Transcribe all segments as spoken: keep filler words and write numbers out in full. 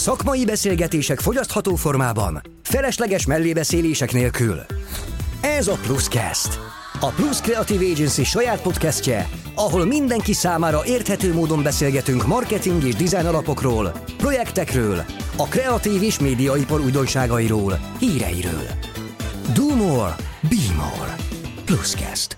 Szakmai beszélgetések fogyasztható formában, felesleges mellébeszélések nélkül. Ez a Pluscast, a Plus Creative Agency saját podcastje, ahol mindenki számára érthető módon beszélgetünk marketing és design alapokról, projektekről, a kreatív és médiaipar újdonságairól, híreiről. Do more, be more. Pluscast.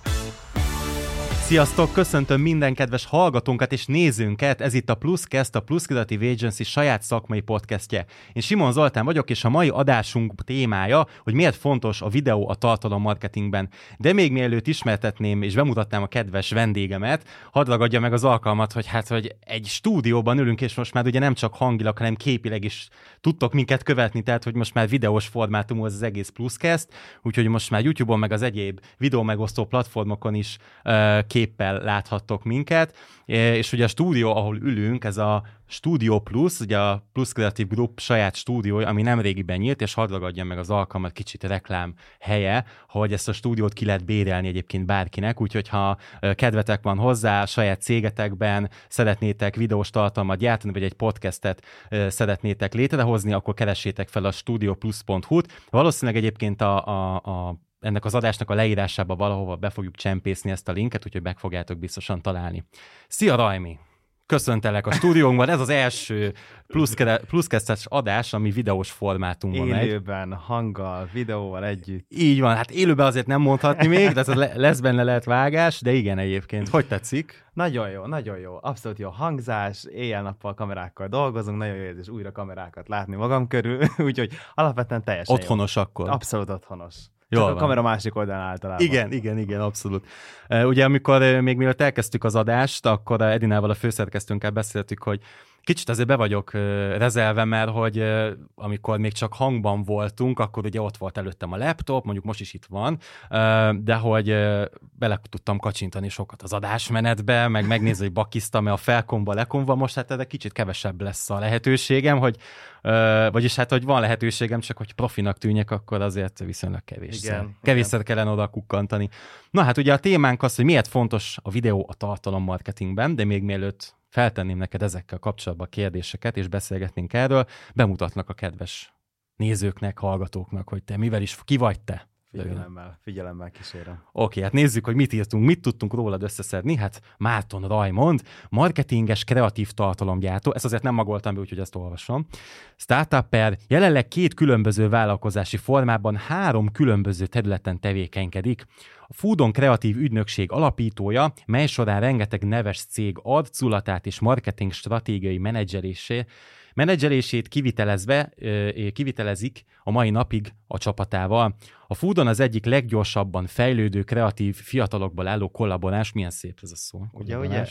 Sziasztok! Köszöntöm minden kedves hallgatónkat és nézőnket! Ez itt a Pluscast, a Plus Creative Agency saját szakmai podcastje. Én Simon Zoltán vagyok, és a mai adásunk témája, hogy miért fontos a videó a tartalommarketingben. De még mielőtt ismertetném és bemutatnám a kedves vendégemet, hadd ragadja meg az alkalmat, hogy hát, hogy egy stúdióban ülünk, és most már ugye nem csak hangilag, hanem képileg is tudtok minket követni, tehát hogy most már videós formátumú az, az egész Pluscast, úgyhogy most már YouTube-on meg az egyéb videó megosztó platformokon is uh, képpel láthattok minket, és ugye a stúdió, ahol ülünk, ez a Studio Plus, ugye a Plus Creative Group saját stúdiója, ami nemrégiben nyílt, és hadd ragadjam meg az alkalmat, kicsit reklám helye, hogy ezt a stúdiót ki lehet bérelni egyébként bárkinek, úgyhogy ha kedvetek van hozzá, a saját cégetekben szeretnétek videós tartalmat gyártani, vagy egy podcastet szeretnétek létrehozni, akkor keressétek fel a studioplus pont hu-t. Valószínűleg egyébként a, a, a ennek az adásnak a leírásába valahova be fogjuk csempészni ezt a linket, úgyhogy meg fogjátok biztosan találni. Szia, Rajmi! Köszöntelek a stúdiónkban, ez az első Pluscast-es adás, ami videós formátumban megy. Élőben, hanggal, videóval együtt. Így van, hát élőben azért nem mondhatni még, de lesz benne lehet vágás, de igen egyébként. Hogy tetszik? Nagyon jó, nagyon jó. Abszolút jó hangzás, éjjel-nappal kamerákkal dolgozunk, nagyon jó érzés újra kamerákat látni magam körül, úgyhogy alapvetően teljesen otthonos jó. akkor. Abszolút otthonos. Csak a kamera másik oldalán általában. Igen, igen, igen, abszolút. Uh, ugye amikor uh, még mielőtt elkezdtük az adást, akkor uh, Edinával, a főszerkesztőnkkel beszéltük, hogy kicsit azért be vagyok uh, rezelve, mert hogy uh, amikor még csak hangban voltunk, akkor ugye ott volt előttem a laptop, mondjuk most is itt van, uh, de hogy uh, bele tudtam kacsintani sokat az adásmenetbe, meg megnézni, hogy bakiztam-e a felkomba, lekomba, most hát erre kicsit kevesebb lesz a lehetőségem, hogy Uh, vagyis hát, hogy van lehetőségem, csak hogy profinak tűnjek, akkor azért viszonylag kevésszer. Igen, kevésszer igen. Kellene oda kukkantani. Na hát ugye a témánk az, hogy miért fontos a videó a tartalommarketingben, de még mielőtt feltenném neked ezekkel kapcsolatban kérdéseket, és beszélgetnénk erről, bemutatnak a kedves nézőknek, hallgatóknak, hogy te mivel is, ki vagy te? Figyelemmel, figyelemmel kísérem. Oké, okay, hát nézzük, hogy mit írtunk, mit tudtunk rólad összeszedni. Hát Márton Rajmond, marketinges, kreatív tartalomgyártó, ezt azért nem magoltam be, úgyhogy ezt olvasom. Startupper, jelenleg két különböző vállalkozási formában három különböző területen tevékenykedik. A Foodon kreatív ügynökség alapítója, mely során rengeteg neves cég arculatát és marketing stratégiai menedzselésé, menedzselését kivitelezve, kivitelezik a mai napig a csapatával. A Foodon az egyik leggyorsabban fejlődő kreatív fiatalokból álló kollaborás, milyen szép ez a szó. Ugye, ugye?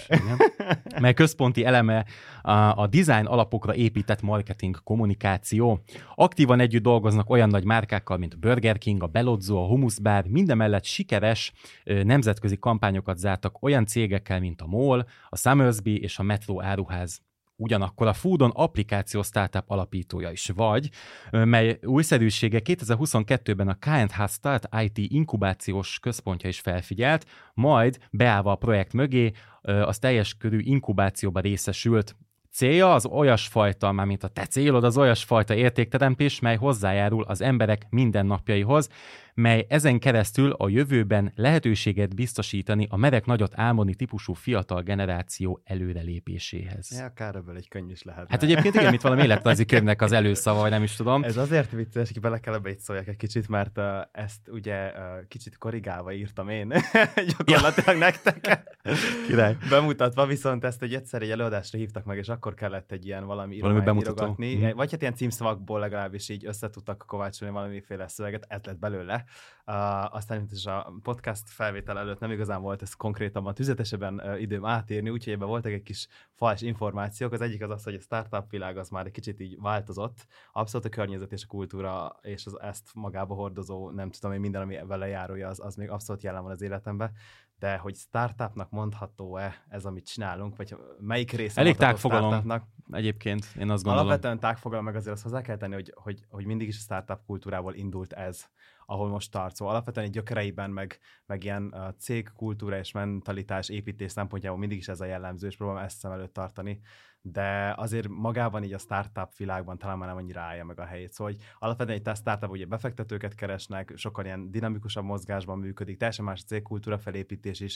Mely központi eleme a, a design alapokra épített marketing kommunikáció. Aktívan együtt dolgoznak olyan nagy márkákkal, mint a Burger King, a Bellozzo, a Hummus Bar, mindemellett sikeres nemzetközi kampányokat zártak olyan cégekkel, mint a MOL, a Summersby és a Metro áruház. Ugyanakkor a Foodon applikáció startup alapítója is vagy, mely újszerűsége kétezer-huszonkettőben a K and H Start i té inkubációs központja is felfigyelt, majd beállva a projekt mögé, az teljes körű inkubációba részesült. Célja az olyasfajta, mármint a te célod az olyasfajta értékteremtés, mely hozzájárul az emberek mindennapjaihoz, mely ezen keresztül a jövőben lehetőséget biztosítani a merek nagyot álmodni típusú fiatal generáció előrelépéséhez. Ja, akár ebből egy könyv is lehet. Hát egyébként igen, itt valami életrajzi könyvnek az előszava, vagy nem is tudom. Ez azért vicces, hogy bele kell ebbe itt szóljak egy kicsit, mert uh, ezt ugye uh, kicsit korrigálva írtam én, gyakorlatilag nektek. Király. Bemutatva, viszont ezt egy egyszer egy előadásra hívtak meg, és akkor kellett egy ilyen valami írományt írogatni. Mm. Vagy hát ilyen címszavakból legalábbis így össze tudtak kovácsolni valamiféle szöveget, ez lett belőle. Uh, aztán is a podcast felvétel előtt nem igazán volt ez konkrétabban tüzetesebben uh, időm átírni, úgyhogy ebben voltak egy kis fals információk. Az egyik az az, hogy a startup világ az már egy kicsit így változott. Abszolút a környezet és a kultúra és az ezt magába hordozó, nem tudom én, minden, ami vele járója, az, az még abszolút jelen van az életemben. De hogy startupnak mondható-e ez, amit csinálunk, vagy melyik része elég tágfogalom egyébként, én azt gondolom. Alapvetően tágfogalom, meg azért azt hozzá kell tenni, hogy, hogy, hogy mindig is a startup kultúrából indult ez, ahol most tart. Szóval alapvetően egy gyökereiben, meg, meg ilyen uh, cégkultúra és mentalitás építés szempontjából mindig is ez a jellemző, és próbálom ezt szem előtt tartani. de azért magában így a startup világban talán már nem annyira állja meg a helyét. Szóval hogy alapvetően egy startup ugye befektetőket keresnek, sokkal ilyen dinamikusabb mozgásban működik, teljesen más cégkultúra felépítés is,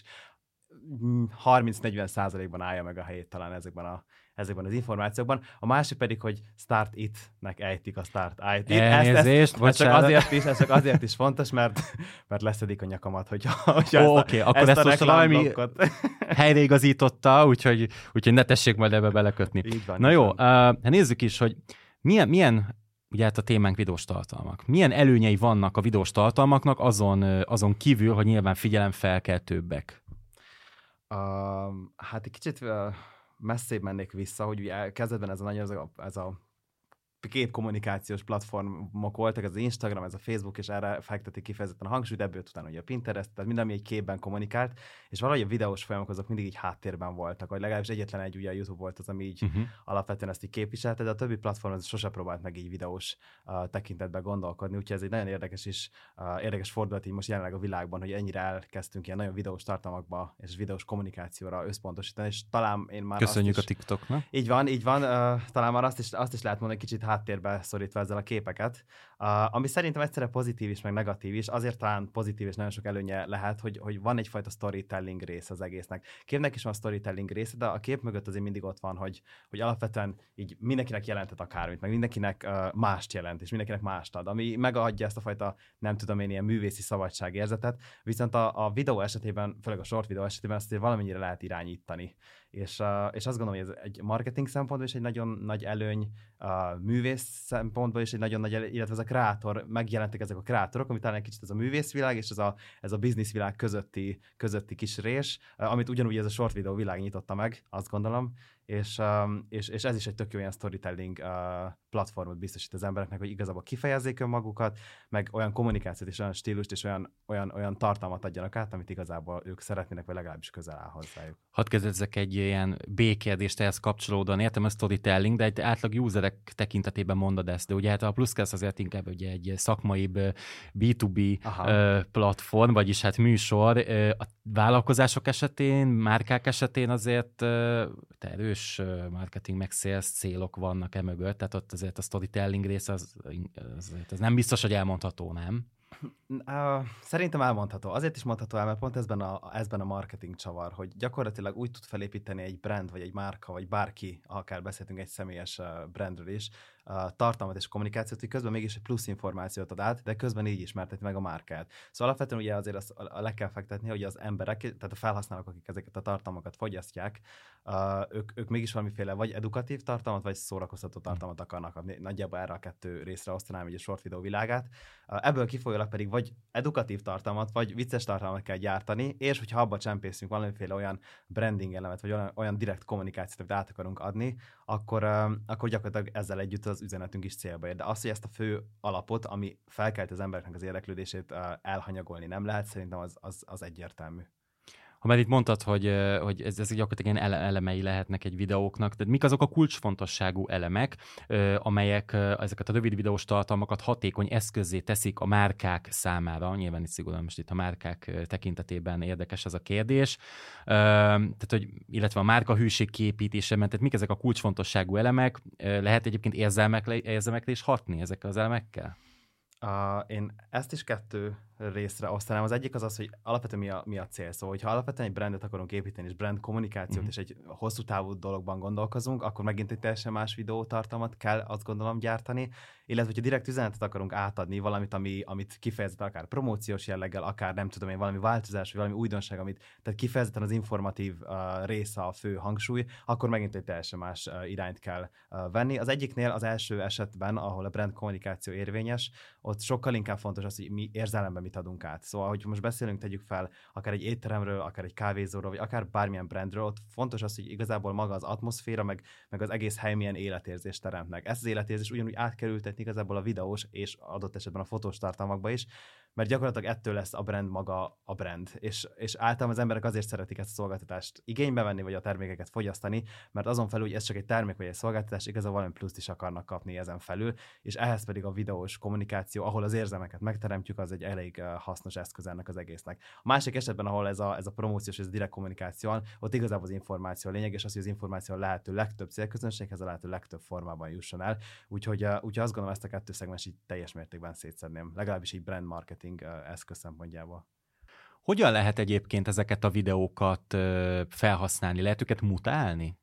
harminc-negyven százalékban állja meg a helyét talán ezekben, a, ezekben az információkban. A másik pedig, hogy Start It-nek ejtik a Start It. Elnézést, ezt, ezt, ez, csak azért is, ez csak azért is fontos, mert, mert leszedik a nyakamat, hogyha, hogyha Ó, oké, okay, akkor ezt most valami helyreigazította, úgyhogy, úgyhogy ne tessék majd ebbe belekötni. Van, Na jó, uh, nézzük is, hogy milyen, milyen ugye hát a témánk videós tartalmak. Milyen előnyei vannak a videós tartalmaknak azon, azon kívül, hogy nyilván figyelemfelkeltőbbek? Uh, hát egy kicsit uh, messzébb mennék vissza, hogy ugye kezdetben ez a nagyon, ez a, ez a képkommunikációs platformok voltak, ez az Instagram, ez a Facebook, és erre fekteti kifejezetten a hangsúlyt, ebből utána ugye a Pinterest, tehát minden, ami egy képben kommunikált, és valahogy a videós folyamatok azok mindig így háttérben voltak, vagy legalábbis egyetlen egy ugye a YouTube volt az, ami így uh-huh. alapvetően ezt így képviselte, de a többi platform az sose próbált meg így videós uh, tekintetben gondolkodni, úgyhogy ez egy nagyon érdekes is, uh, érdekes fordulat így most jelenleg a világban, hogy ennyire elkezdtünk ilyen nagyon videós tartalmakba és videós kommunikációra összpontosítani, és talán én már Köszönjük azt a TikToknak. Így van, így van, uh, talán már azt is, azt is lehet mondani, kicsit háttérbe szorítva ezzel a képeket, uh, ami szerintem egyszerre pozitív is, meg negatív is, azért talán pozitív és nagyon sok előnye lehet, hogy, hogy van egyfajta storytelling rész az egésznek. Képnek is van storytelling része, de a kép mögött azért mindig ott van, hogy, hogy alapvetően így mindenkinek jelentett akármit, meg mindenkinek uh, mást jelent, és mindenkinek mást ad, ami megadja ezt a fajta, nem tudom én, ilyen művészi szabadságérzetet, viszont a, a videó esetében, főleg a short videó esetében ezt valamennyire lehet irányítani. És, uh, és azt gondolom, hogy ez egy marketing szempontból is egy nagyon nagy előny, a művész szempontból is egy nagyon nagy előny, illetve ez a kreátor, megjelentek ezek a kreátorok, ami talán egy kicsit ez a művészvilág és ez a, ez a bizniszvilág közötti, közötti kis rés, uh, amit ugyanúgy ez a short videó világ nyitotta meg, azt gondolom, és, um, és, és ez is egy tök jó ilyen storytelling uh, platformot biztosít az embereknek, hogy igazából kifejezzék önmagukat, meg olyan kommunikációt és olyan stílust és olyan, olyan, olyan tartalmat adjanak át, amit igazából ők szeretnének, vagy legalábbis közel áll hozzájuk. Hadd kezdezzek egy ilyen B-kérdést ehhez kapcsolódóan. Értem a storytelling, de egy átlag userek tekintetében mondod ezt, de ugye hát a Pluscast azért inkább ugye egy szakmaibb bé kettő bé Aha. platform, vagyis hát műsor. A vállalkozások esetén, márkák esetén azért erős marketing meg sales célok vannak e mögött, tehát ott azért a storytelling része az, az, az nem biztos, hogy elmondható, nem? Uh, szerintem elmondható. Azért is mondható el, mert pont ezben a, ezben a marketing csavar, hogy gyakorlatilag úgy tud felépíteni egy brand, vagy egy márka, vagy bárki, akár beszéltünk egy személyes uh, brandről is, uh, tartalmat és kommunikációt, hogy közben mégis egy plusz információt ad át, de közben így ismerteti meg a márkát. Szóval alapvetően ugye azért azt le kell fektetni, hogy az emberek, tehát a felhasználók, akik ezeket a tartalmakat fogyasztják, uh, ők, ők mégis valamiféle vagy edukatív tartalmat, vagy szórakoztató tartalmat akarnak adni. Nagyjából erre a kettő részre osztanám így a short videó világát. Uh, ebből kifolyólag pedig vagy edukatív tartalmat, vagy vicces tartalmat kell gyártani, és hogyha abba csempészünk valamiféle olyan branding elemet, vagy olyan, olyan direkt kommunikációt, amit át akarunk adni, akkor, uh, akkor gyakorlatilag ezzel együtt az üzenetünk is célba ér. De az, hogy ezt a fő alapot, ami felkelt az embereknek az érdeklődését, uh, elhanyagolni nem lehet, szerintem az, az, az egyértelmű. Ha már itt mondtad, hogy, hogy ez, ez gyakorlatilag ilyen elemei lehetnek egy videóknak, tehát mik azok a kulcsfontosságú elemek, amelyek ezeket a rövid videós tartalmakat hatékony eszközzé teszik a márkák számára? Nyilván itt szigorúan most itt a márkák tekintetében érdekes ez a kérdés. Tehát, hogy, illetve a márka hűség kiépítése, mert tehát mik ezek a kulcsfontosságú elemek? Lehet egyébként érzelmekre, érzelmekre is hatni ezekkel az elemekkel? Uh, én ezt is kettő részre osztanám. Az egyik az az, hogy alapvetően mi a, mi a cél. Szóval, hogyha alapvetően egy brandet akarunk építeni, és brand kommunikációt, mm-hmm. és egy hosszú távú dologban gondolkozunk, akkor megint egy teljesen más videótartalmat kell, azt gondolom, gyártani. Illetve, hogyha direkt üzenetet akarunk átadni, valamit, ami, amit kifejezetten akár promóciós jelleggel, akár nem tudom én, valami változás, vagy valami újdonság, amit tehát kifejezetten az informatív uh, része a fő hangsúly, akkor megint egy teljesen más uh, irányt kell uh, venni. Az egyiknél, az első esetben, ahol a brand kommunikáció érvényes, ott sokkal inkább fontos az, hogy mi érzelemben mit adunk át. Szóval, hogy most beszélünk, tegyük fel akár egy étteremről, akár egy kávézóról, vagy akár bármilyen brandről, ott fontos az, hogy igazából maga az atmoszféra, meg, meg az egész hely milyen életérzést teremt meg. Ezt az életérzést ugyanúgy át kell ültetni igazából a videós és adott esetben a fotós tartalmakba is, mert gyakorlatilag ettől lesz a brand maga a brand, és, és általában az emberek azért szeretik ezt a szolgáltatást igénybe venni, vagy a termékeket fogyasztani, mert azon felül, hogy ez csak egy termék vagy egy szolgáltatás, igazából valami pluszt is akarnak kapni ezen felül, és ehhez pedig a videós kommunikáció, ahol az érzelmeket megteremtjük, az egy elég hasznos eszköz ennek az egésznek. A másik esetben, ahol ez a, ez a promóciós, ez a direkt kommunikáció, ott igazából az információ a lényeg, és az, hogy az információ a lehető legtöbb célközönséghez, a lehető legtöbb formában jusson el. Úgyhogy, úgyhogy azt gondolom, ezt a kettő szegmens így teljes mértékben szétszedném, legalábbis így brand marketing eszköz szempontjából. Hogyan lehet egyébként ezeket a videókat felhasználni? Lehet őket mutálni?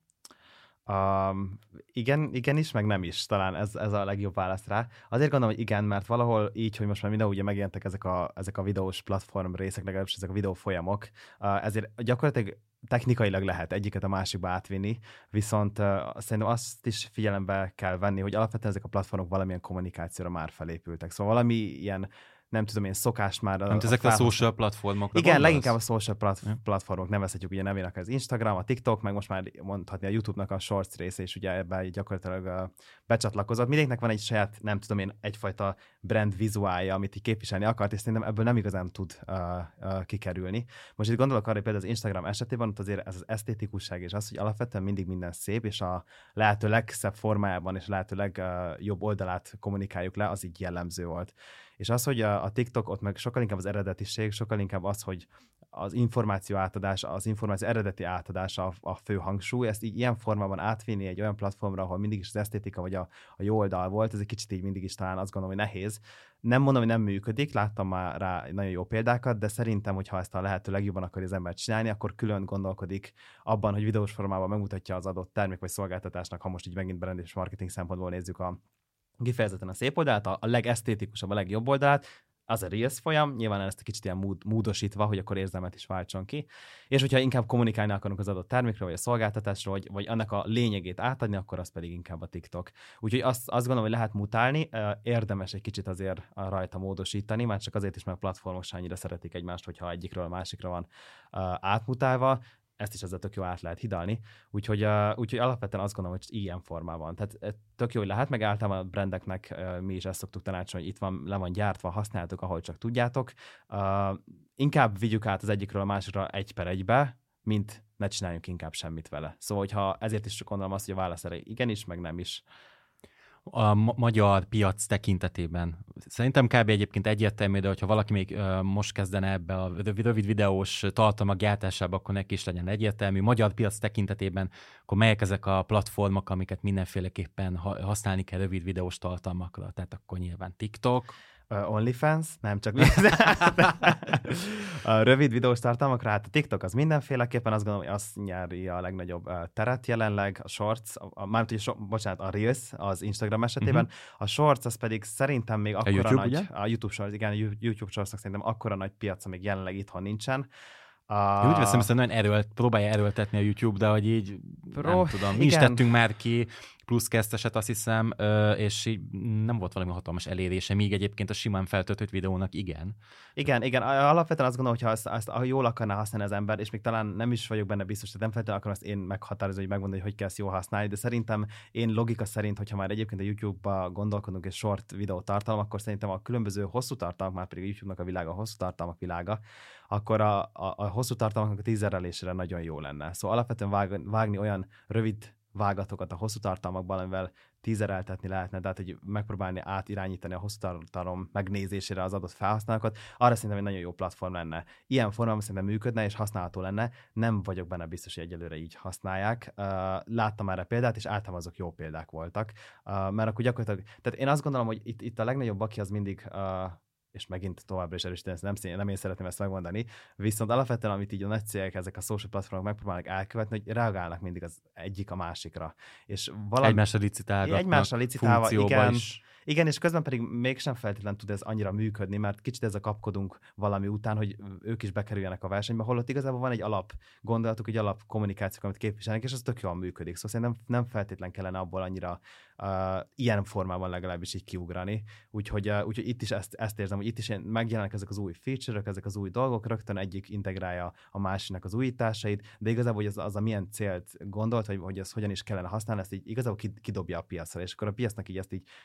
Um, igen, igen is, meg nem is. Talán ez, ez a legjobb válasz rá. Azért gondolom, hogy igen, mert valahol így, hogy most már mindenhol ugye megjelentek ezek a, ezek a videós platform részek, legalábbis ezek a videó folyamok, uh, ezért gyakorlatilag technikailag lehet egyiket a másikba átvinni, viszont uh, szerintem azt is figyelembe kell venni, hogy alapvetően ezek a platformok valamilyen kommunikációra már felépültek. Szóval valami ilyen, nem tudom én, szokást már... Nem, a ezek a social platformokra igen, gondolsz? Leginkább a social plat- ja. platformok, nevezhetjük ugye nevének az Instagram, a TikTok, meg most már mondhatni a YouTube-nak a Shorts része, és ugye ebben gyakorlatilag uh, becsatlakozott. Mindenkinek van egy saját, nem tudom én, egyfajta brand vizuálja, amit így képviselni akart, és szerintem ebből nem igazán tud uh, uh, kikerülni. Most itt gondolok arra, hogy például az Instagram esetében ott azért ez az esztétikusság, és az, hogy alapvetően mindig minden szép, és a lehető legszebb formájában, és a lehető legjobb uh, oldalát kommunikáljuk le, az így jellemző volt. És az, hogy a, a TikTok ott meg sokkal inkább az eredetiség, sokkal inkább az, hogy az információ átadása, az információ eredeti átadása a, a fő hangsúly, ezt így ilyen formában átvinni egy olyan platformra, ahol mindig is az esztétika vagy a, a jó oldal volt, ez egy kicsit így mindig is talán azt gondolom, hogy nehéz. Nem mondom, hogy nem működik, láttam már rá nagyon jó példákat, de szerintem, hogyha ezt a lehető legjobban akarja az ember csinálni, akkor külön gondolkodik abban, hogy videós formában megmutatja az adott termék vagy szolgáltatásnak, ha most így megint brand és marketing szempontból nézzük a kifejezetten a szép oldalt, a legesztétikusabb, a legjobb oldalt, az a Reels folyam, nyilván ezt egy kicsit ilyen mód, módosítva, hogy akkor érzelmet is váltson ki. És hogyha inkább kommunikálni akarunk az adott termékről, vagy a szolgáltatásról, vagy, vagy annak a lényegét átadni, akkor az pedig inkább a TikTok. Úgyhogy azt, azt gondolom, hogy lehet mutálni, érdemes egy kicsit azért rajta módosítani, már csak azért is, mert a platformok se annyira szeretik egymást, hogyha egyikről a másikra van átmutálva. Ezt is ezzel tök jó át lehet hidalni. Úgyhogy, uh, úgyhogy alapvetően azt gondolom, hogy ilyen formában. Tehát tök jó, hogy lehet, meg általában a brandeknek uh, mi is ezt szoktuk tanácsolni, hogy itt van, le van gyártva, használjátok, ahol csak tudjátok. Uh, inkább vigyük át az egyikről a másikra egy per egybe, mint ne csináljunk inkább semmit vele. Szóval, hogyha ezért is gondolom azt, hogy a válasz erre igenis, meg nem is. A ma- magyar piac tekintetében. Szerintem kb. Egyébként egyértelmű, de hogyha valaki még uh, most kezdene ebbe a rövid videós tartalmak gyártásába, akkor neki is legyen egyértelmű. Magyar piac tekintetében, akkor melyek ezek a platformok, amiket mindenféleképpen ha- használni kell rövid videós tartalmakra. Tehát akkor nyilván TikTok, Uh, OnlyFans, nem csak a rövid videós tartalmakra, hát a TikTok az mindenféleképpen, azt gondolom, hogy azt nyeri a legnagyobb uh, teret jelenleg, a Shorts, a, a, mármint, so, bocsánat, a Reels az Instagram esetében, uh-huh. a Shorts az pedig szerintem még akkora YouTube, nagy, ugye? a YouTube Shorts, igen, a YouTube Shortsnak szerintem akkora nagy piaca még jelenleg itthon nincsen. Uh, úgy veszem, hogy nagyon erőlt, próbálja erőltetni a YouTube, de hogy így Pro, nem tudom, mi igen. is tettünk már ki pluszkeszteset, azt hiszem, és így nem volt valami hatalmas elérése, míg egyébként a simán feltöltött videónak igen. Igen, igen, alapvetően azt gondolom, hogy ha azt, azt jól akarná használni az ember, és még talán nem is vagyok benne biztos, hogy nem feltétlenül akarom azt én meghatározni, hogy megmondani, hogy hogy kell ezt jól használni, de szerintem én logika szerint, hogyha már egyébként a YouTube-ba gondolkodunk és short videó tartalom, akkor szerintem a különböző hosszú tartalmak, már pedig a YouTube-nak a világa, a hosszú tartalmak világa, akkor a, a, a hosszú tartalmaknak a tízerelésére nagyon jó lenne. Szóval alapvetően vág, vágni olyan rövid vágatokat a hosszú tartalmakban, amivel tízereltetni lehetne, tehát hogy megpróbálni átirányítani a hosszú tartalom megnézésére az adott felhasználókat, arra szerintem egy nagyon jó platform lenne. Ilyen formában szerintem működne és használható lenne, nem vagyok benne biztos, hogy egyelőre így használják. Láttam erre példát, és általában azok jó példák voltak, mert akkor gyakorlatilag, tehát én azt gondolom, hogy itt, itt a legnagyobb baki az mindig és megint továbbra is erősíteni, nem, nem én szeretném ezt megmondani, viszont alapvetően, amit így a nagy cégek, ezek a social platformok megpróbálnak elkövetni, hogy reagálnak mindig az egyik a másikra. És valami... Egymásra licitálgatnak, egymásra licitálva, igen, is. Igen, és közben pedig mégsem feltétlenül tud ez annyira működni, mert kicsit ez a kapkodunk valami után, hogy ők is bekerüljenek a versenybe, holott igazából van egy alap gondolatuk, egy alap kommunikációk, amit képviselnek, és az tök jól működik. Szóval szerintem nem feltétlen kellene abból annyira uh, ilyen formában legalábbis így kiugrani. Úgyhogy, uh, úgyhogy itt is ezt, ezt érzem, hogy itt is megjelennek ezek az új feature-ök, ezek az új dolgok, rögtön egyik integrálja a másiknak az újításait, de igazából hogy az, az a milyen célt gondolt, hogy, hogy ezt hogyan is kellene használni, ezt így igazából kidobja a piacra, és akkor a piacnak így ezt így gyakorlatilag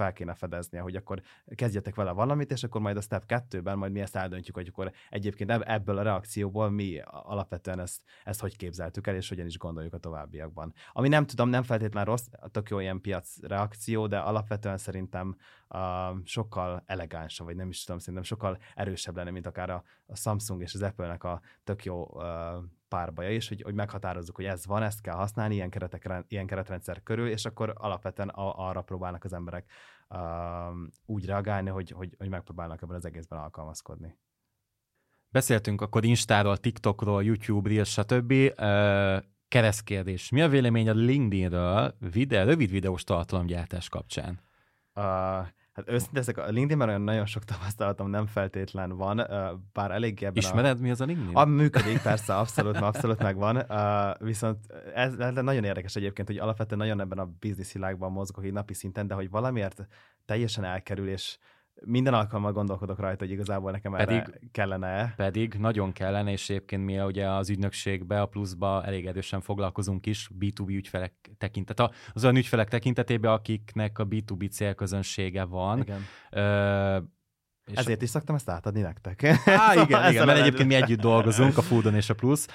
fel kéne fedeznie, hogy akkor kezdjetek vele valamit, és akkor majd a step kettőben majd mi ezt eldöntjük, hogy akkor egyébként ebből a reakcióból mi alapvetően ezt, ezt hogy képzeltük el, és hogyan is gondoljuk a továbbiakban. Ami nem tudom, nem feltétlenül rossz, tök jó ilyen piac reakció, de alapvetően szerintem uh, sokkal elegánsabb, vagy nem is tudom, szerintem sokkal erősebb lenne, mint akár a, a Samsung és az Apple-nek a tök jó uh, párbaja is, hogy, hogy meghatározzuk, hogy ez van, ezt kell használni, ilyen, keretek, ilyen keretrendszer körül, és akkor alapvetően a, arra próbálnak az emberek uh, úgy reagálni, hogy, hogy, hogy megpróbálnak ebben az egészben alkalmazkodni. Beszéltünk akkor Instáról, TikTokról, YouTube, Reels, stb. Uh, keresztkérdés. Mi a vélemény a LinkedInről videó, rövid videós tartalomgyártás kapcsán? Uh, Hát őszintén ezek a LinkedIn-ben olyan nagyon sok tapasztalatom nem feltétlen van, bár elég ebben Ismered, a... mi az a LinkedIn? A működik, persze, abszolút, abszolút megvan. Viszont ez, ez nagyon érdekes egyébként, hogy alapvetően nagyon ebben a bizniszvilágban mozgok így napi szinten, de hogy valamiért teljesen elkerül, és minden alkalommal gondolkodok rajta, hogy igazából nekem pedig, erre kellene. Pedig nagyon kellene, és egyébként mi ugye az ügynökségbe, a pluszba elég erősen foglalkozunk is bé kettő bé ügyfelek tekintetében. Az olyan ügyfelek tekintetében, akiknek a bé kettő bé célközönsége van. Igen. Ö, És ezért is szoktam ezt átadni nektek. Á, igen, igen, mert egyébként mi együtt dolgozunk, a Foodon és a Plusz.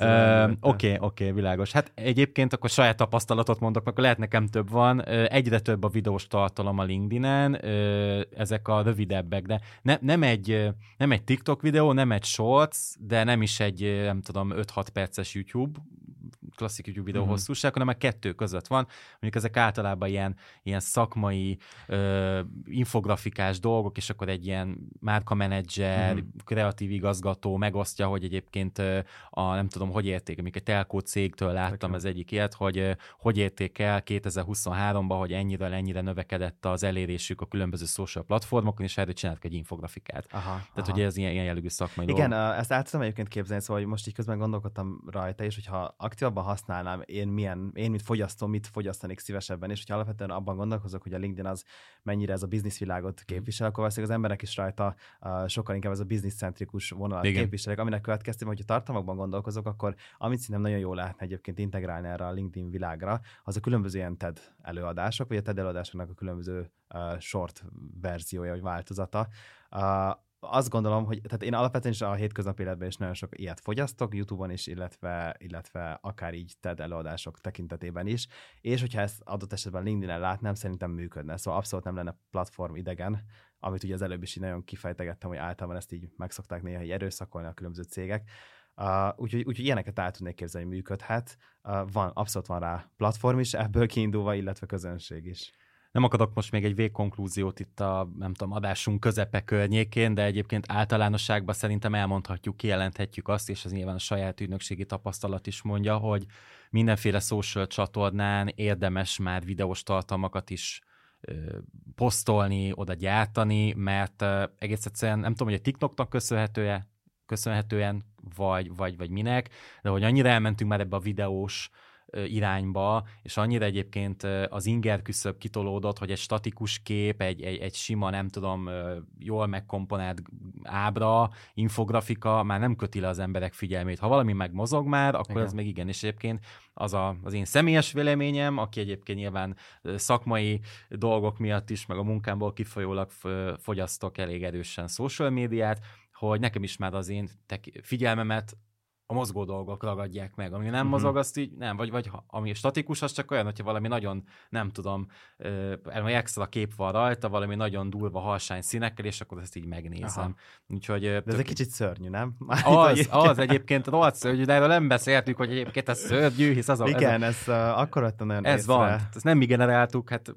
Oké, oké, világos. Hát egyébként akkor saját tapasztalatot mondok, mert lehet nekem több van. Egyre több a videós tartalom a LinkedInen, ezek a rövidebbek, de ne, nem, egy, nem egy TikTok videó, nem egy Shorts, de nem is egy, nem tudom, öt-hat perces YouTube, klasszik YouTube videó mm-hmm. hosszúság, hanem a kettő között van. Mondjuk ezek általában ilyen, ilyen szakmai, ö, infografikás dolgok, és akkor egy ilyen márkamenedzser, mm-hmm. kreatív igazgató megosztja, hogy egyébként a, nem tudom, hogy érték, amikor egy telkó cégtől láttam az egyik ilyet, hogy hogy érték el kétezer-huszonháromban, hogy ennyire, ennyire növekedett az elérésük a különböző social platformokon, és erről csináltak egy infografikát. Aha, Tehát, aha. hogy ez ilyen, ilyen jellegű szakmai Igen, dolog. ezt át tudom egyébként képzelni, szóval hogy most így közben gondolkodtam rajta, és hogyha aktívabban használnám, én milyen, én mint fogyasztó, mit fogyasztanék szívesebben, és hogyha alapvetően abban gondolkozok, hogy a LinkedIn az mennyire ez a bizniszvilágot képvisel, akkor valószínűleg az emberek is rajta uh, sokkal inkább ez a bizniszcentrikus vonalat Igen. képviselek, aminek következtében, hogyha tartalmakban gondolkozok, akkor amit szerintem nagyon jól lehetne egyébként integrálni erre a LinkedIn világra, az a különböző ilyen TED előadások, vagy a TED előadásoknak a különböző uh, short verziója, vagy változata. Uh, Azt gondolom, hogy tehát én alapvetően is a hétköznapi életben is nagyon sok ilyet fogyasztok, YouTube-on is, illetve, illetve akár így TED előadások tekintetében is, és hogyha ezt adott esetben LinkedIn-en látnám, szerintem működne. Szóval abszolút nem lenne platform idegen, amit ugye az előbb is így nagyon kifejtegettem, hogy általában ezt így megszokták néha így erőszakolni a különböző cégek. Uh, úgyhogy, úgyhogy ilyeneket el tudnék képzelni, hogy működhet. Uh, van, abszolút van rá platform is, ebből kiindulva, illetve közönség is. Nem akarok most még egy végkonklúziót itt a, nem tudom, adásunk közepe környékén, de egyébként általánosságban szerintem elmondhatjuk, kijelenthetjük azt, és ez nyilván a saját ügynökségi tapasztalat is mondja, hogy mindenféle social csatornán érdemes már videós tartalmakat is ö, posztolni, oda gyártani, mert ö, egész egyszerűen nem tudom, hogy a TikToknak köszönhetően, köszönhetően vagy, vagy, vagy minek, de hogy annyira elmentünk már ebbe a videós irányba, és annyira egyébként az inger küszöb kitolódott, hogy egy statikus kép, egy, egy, egy sima, nem tudom, jól megkomponált ábra, infografika már nem köti le az emberek figyelmét. Ha valami meg mozog már, akkor igen. ez meg igen, és egyébként az a, az én személyes véleményem, aki egyébként nyilván szakmai dolgok miatt is, meg a munkámból kifolyólag fogyasztok elég erősen social médiát, hogy nekem is már az én figyelmemet a mozgó dolgok ragadják meg. Ami nem uh-huh. mozog, azt így nem. Vagy, vagy ami statikus, az csak olyan, hogyha valami nagyon, nem tudom, egy extra kép van rajta, valami nagyon durva harsány színekkel, és akkor ezt így megnézem. Úgyhogy, de ez tök... egy kicsit szörnyű, nem? Az, az egyébként rohadt szörnyű, de erről nem beszéltük, hogy egyébként ez szörnyű, hisz az a... Igen, ez, ez uh, akkor vettem nagyon Ez észre. van, ezt nem mi generáltuk, hát...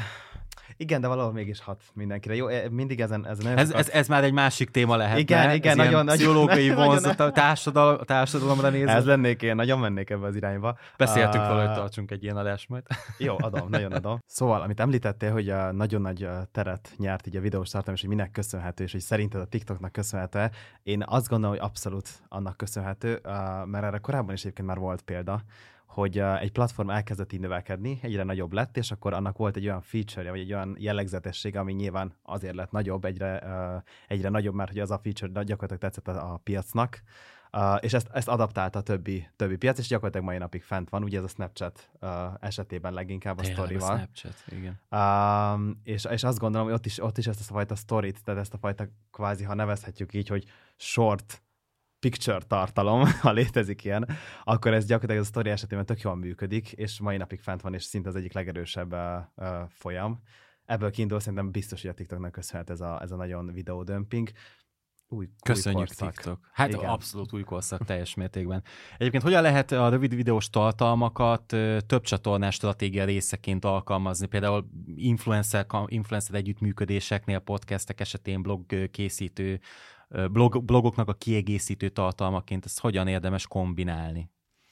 Igen, de valahol mégis hat mindenkire. Jó, mindig ezen... ezen ez, ez, ez már egy másik téma lehet. Igen, igen, nagyon... Pszichológiai vonzat a társadal, társadalomra nézve. Ez lennék én, nagyon mennék ebbe az irányba. Beszéltünk uh, valahogy tartsunk egy ilyen adást majd. Jó, adom, nagyon adom. Szóval, amit említettél, hogy a nagyon nagy teret nyert így a videós tartalom, és hogy minek köszönhető, és hogy szerinted a TikToknak köszönhető, én azt gondolom, hogy abszolút annak köszönhető, mert erre korábban is egyébként már volt példa, hogy egy platform elkezdett így növekedni, egyre nagyobb lett, és akkor annak volt egy olyan feature-je, vagy egy olyan jellegzetessége, ami nyilván azért lett nagyobb, egyre, uh, egyre nagyobb, mert hogy az a feature gyakorlatilag tetszett a, a piacnak, Uh, és ezt, ezt adaptálta a többi, többi piac, és gyakorlatilag mai napig fent van, ugye ez a Snapchat uh, esetében leginkább a Tényleg sztorival. a Snapchat, igen. Uh, és, és azt gondolom, hogy ott is, ott is ezt a fajta sztorit, tehát ezt a fajta kvázi, ha nevezhetjük így, hogy short picture tartalom, ha létezik ilyen, akkor ez gyakorlatilag a sztori esetében tök jól működik, és mai napig fent van, és szinte az egyik legerősebb uh, uh, folyam. Ebből kiindul szerintem biztos, hogy a TikToknak köszönhet ez a, ez a nagyon videódömping. Új, Köszönjük, új TikTok. Hát igen. Abszolút új korszak teljes mértékben. Egyébként hogyan lehet a rövid videós tartalmakat több csatornás stratégia részeként alkalmazni? Például influencer, influencer együttműködéseknél, podcastek esetén, blog készítő, blog, blogoknak a kiegészítő tartalmaként, ezt hogyan érdemes kombinálni?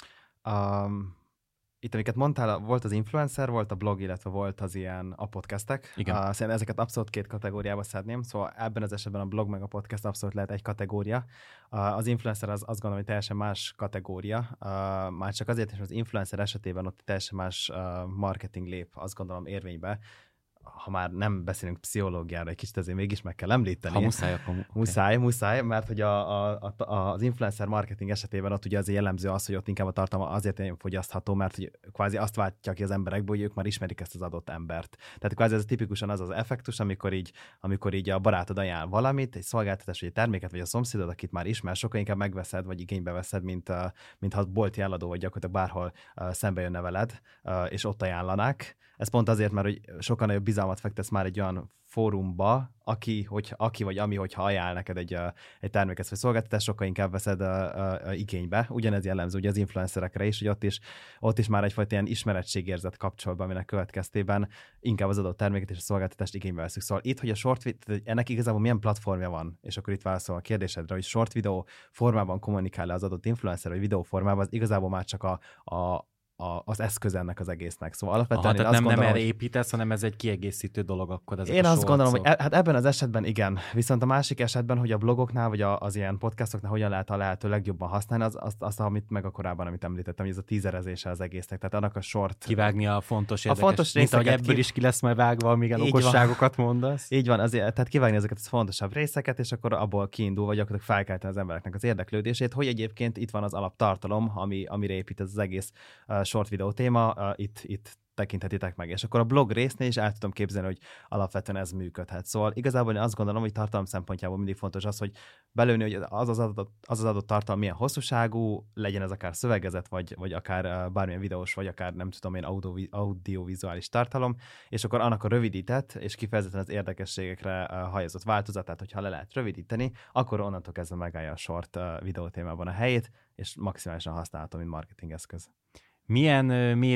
Um... Itt, amiket mondtál, volt az influencer, volt a blog, illetve volt az ilyen a podcastek. Igen. Uh, szerintem ezeket abszolút két kategóriába szedném, szóval ebben az esetben a blog meg a podcast abszolút lehet egy kategória. Uh, az influencer az azt gondolom, hogy teljesen más kategória. Uh, már csak azért, hogy az influencer esetében ott teljesen más uh, marketing lép, azt gondolom érvénybe. Ha már nem beszélünk pszichológiára, egy kicsit azért mégis meg kell említeni. Ha muszáj, akkor okay. Muszáj, muszáj, mert hogy a, a, a, az influencer marketing esetében ott ugye az jellemző az, hogy ott inkább a tartalma azért nem fogyasztható, mert hogy kvázi azt váltja ki az emberekből, hogy ők már ismerik ezt az adott embert. Tehát kvázi ez tipikusan az az effektus, amikor így, amikor így a barátod ajánl valamit, egy szolgáltatás, vagy egy terméket, vagy a szomszédod, akit már ismer, sokkal inkább megveszed, vagy igénybe veszed, mint, mint ha bolti eladó, vagy gyakorlatilag bárhol szembe jönne veled, és ott ajánlanák. Ez pont azért, mert hogy sokkal nagyobb bizalmat fektesz már egy olyan fórumba, aki, hogy, aki vagy ami, hogyha ajánl neked egy, egy terméket vagy szolgáltatást, sokkal inkább veszed a, a, a igénybe. Ugyanez jellemző ugye az influencerekre is, hogy ott is, ott is már egyfajta ilyen ismerettségérzet kapcsol be, aminek következtében inkább az adott terméket és a szolgáltatást igénybe veszük. Szóval itt, hogy a short, ennek igazából milyen platformja van, és akkor itt válaszol a kérdésedre, hogy short videó formában kommunikál az adott influencer, vagy videó formában, az igazából már csak a, a A, az eszköz ennek az egésznek. Szóval alapvetően Aha, tehát én nem, azt nem gondolom, erre építesz, hanem ez egy kiegészítő dolog akkor. Ezek én a azt gondolom, hogy shortsok. e, hát ebben az esetben igen. Viszont a másik esetben, hogy a blogoknál, vagy a, az ilyen podcastoknál hogyan lehet a lehető legjobban használni, az, azt, azt, amit meg a korábban, amit említettem, hogy ez a tízerezése az egésznek. Tehát annak a short... Kivágni a fontos, a érdekes, fontos mint ahogy részeket ebből ki... is ki lesz majd vágva, amíg a okosságokat mondasz. Így van, azért, tehát kivágni ezeket a fontosabb részeket, és akkor abból kiindul, vagy akkor felkelteni az embereknek az érdeklődését, hogy egyébként itt van az alaptartalom, ami, amire épít ez az egész uh, short videó téma, uh, itt, itt tekinthetitek meg. És akkor a blog résznél is el tudom képzelni, hogy alapvetően ez működhet. Szóval igazából én azt gondolom, hogy tartalom szempontjából mindig fontos az, hogy belőni, hogy az az adott, az az adott tartalom milyen hosszúságú, legyen ez akár szövegezet, vagy, vagy akár bármilyen videós, vagy akár nem tudom én audio, audiovizuális tartalom, és akkor annak a rövidített és kifejezetten az érdekességekre hajazott változatát, hogyha le lehet rövidíteni, akkor onnantól kezdve megállja a short videó témában a helyét, és maximálisan használható, mint marketingeszköz. Milyen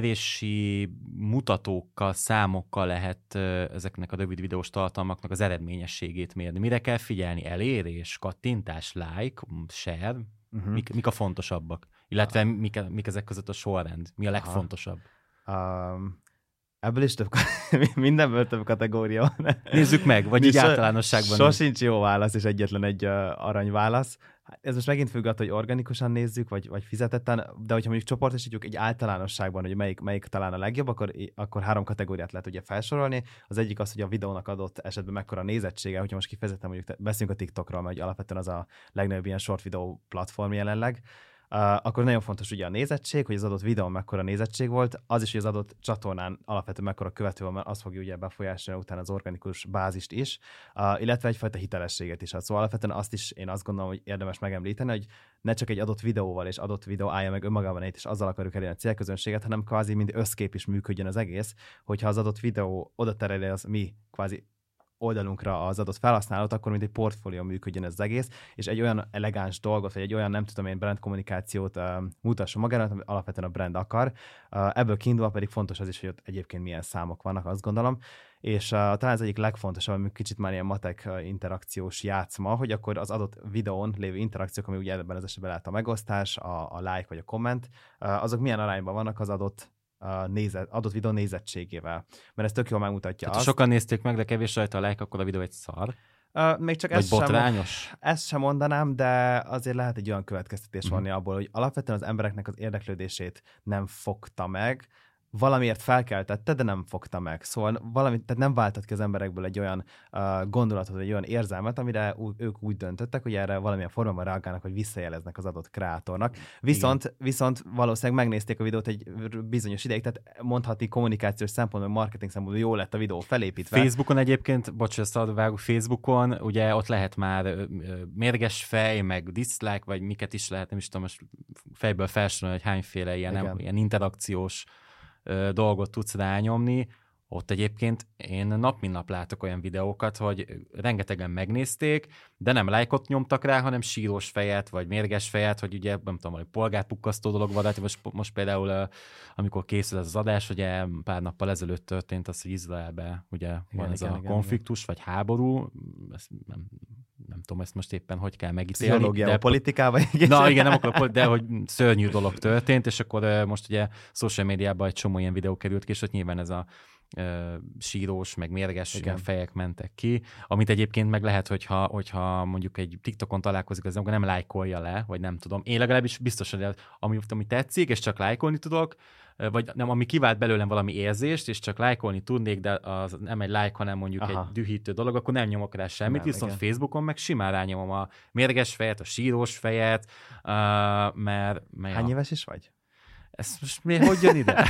mérési mutatókkal, számokkal lehet ezeknek a rövid videós tartalmaknak az eredményességét mérni? Mire kell figyelni? Elérés, kattintás, like, share? Uh-huh. Mik, mik a fontosabbak? Illetve mik, mik ezek között a sorrend? Mi a legfontosabb? Um, ebből is több, mindenből több kategória van. Nézzük meg, vagy így so, általánosságban. Sosincs jó válasz, és egyetlen egy uh, aranyválasz. Ez most megint függ attól, hogy organikusan nézzük, vagy, vagy fizetetten, de hogyha mondjuk csoportosítjuk egy általánosságban, hogy melyik, melyik talán a legjobb, akkor, akkor három kategóriát lehet ugye felsorolni. Az egyik az, hogy a videónak adott esetben mekkora nézettsége, hogyha most kifejezetten mondjuk beszélünk a TikTokról, mert alapvetően az a legnagyobb ilyen short videó platform jelenleg. Uh, akkor nagyon fontos ugye a nézettség, hogy az adott videón mekkora nézettség volt, az is, hogy az adott csatornán alapvetően mekkora követő van, mert az fogja ugye befolyásolni utána az organikus bázist is, uh, illetve egyfajta hitelességet is ad. Szóval alapvetően azt is én azt gondolom, hogy érdemes megemlíteni, hogy ne csak egy adott videóval és adott videó állja meg önmagában egy, és azzal akarjuk elérni a célközönséget, hanem kvázi mint összkép is működjön az egész, hogyha az adott videó oda tereli az mi kvázi oldalunkra az adott felhasználót, akkor mint egy portfólió működjön ez az egész, és egy olyan elegáns dolgot, vagy egy olyan, nem tudom én, brand kommunikációt uh, mutasson magának, amit alapvetően a brand akar. Uh, ebből kiindulva pedig fontos az is, hogy ott egyébként milyen számok vannak, azt gondolom. És uh, talán az egyik legfontosabb, ami kicsit már ilyen matek uh, interakciós játszma, hogy akkor az adott videón lévő interakciók, ami ugye ebben az esetben lehet a megosztás, a, a like vagy a komment, uh, azok milyen arányban vannak az adott a nézet, adott videó nézettségével. Mert ez tök jól megmutatja Tehát, azt. Ha sokan nézték meg, de kevés rajta a like, akkor a videó egy szar. Uh, még csak Vagy ezt botrányos? Sem, ezt sem mondanám, de azért lehet egy olyan következtetés uh-huh. vonni abból, hogy alapvetően az embereknek az érdeklődését nem fogta meg, valamiért felkeltette, de nem fogta meg. Szóval valami, tehát nem váltott ki az emberekből egy olyan uh, gondolatot, egy olyan érzelmet, amire ú, ők úgy döntöttek, hogy erre valamilyen formában reagálnak, hogy visszajeleznek az adott kreatornak. Viszont, viszont valószínűleg megnézték a videót egy bizonyos ideig, tehát mondhatni kommunikációs szempontból, marketing szempontból jó lett a videó felépítve. Facebookon egyébként, bocs, ezt advágok, Facebookon, ugye ott lehet már mérges fej, meg dislike, vagy miket is lehet, nem is tudom, most fejből felsorolni, hogy hányféle ilyen, nem, ilyen interakciós dolgot tudsz rányomni. Ott egyébként én nap mint nap látok olyan videókat, hogy rengetegen megnézték, de nem lájkot nyomtak rá, hanem sírós fejet, vagy mérges fejet, hogy ugye, nem tudom, hogy polgárpukkasztó dolog van, hát most, most például, amikor készül ez az adás, ugye pár nappal ezelőtt történt az, hogy Izraelben ugye igen, van ez igen, a igen, konfliktus, igen. vagy háború, ezt nem, nem tudom, ezt most éppen hogy kell megítélni. Pszichológia, de politikában. Na igen, nem akarok, de hogy szörnyű dolog történt, és akkor most ugye social médiában egy csomó ilyen videó került ki, és ott nyilván ez a Uh, sírós, meg mérges igen. fejek mentek ki, amit egyébként meg lehet, hogyha, hogyha mondjuk egy TikTokon találkozik, az nem lájkolja le, vagy nem tudom. Én legalábbis biztos, hogy ami, ami tetszik, és csak lájkolni tudok, vagy nem, ami kivált belőlem valami érzést, és csak lájkolni tudnék, de az nem egy lájk, hanem mondjuk aha. egy dühítő dolog, akkor nem nyomok rá semmit, nem, viszont igen. Facebookon meg simán rányomom a mérges fejet, a sírós fejet, uh, mert... mert hány éves is vagy? Ez most miért, hogy jön ide?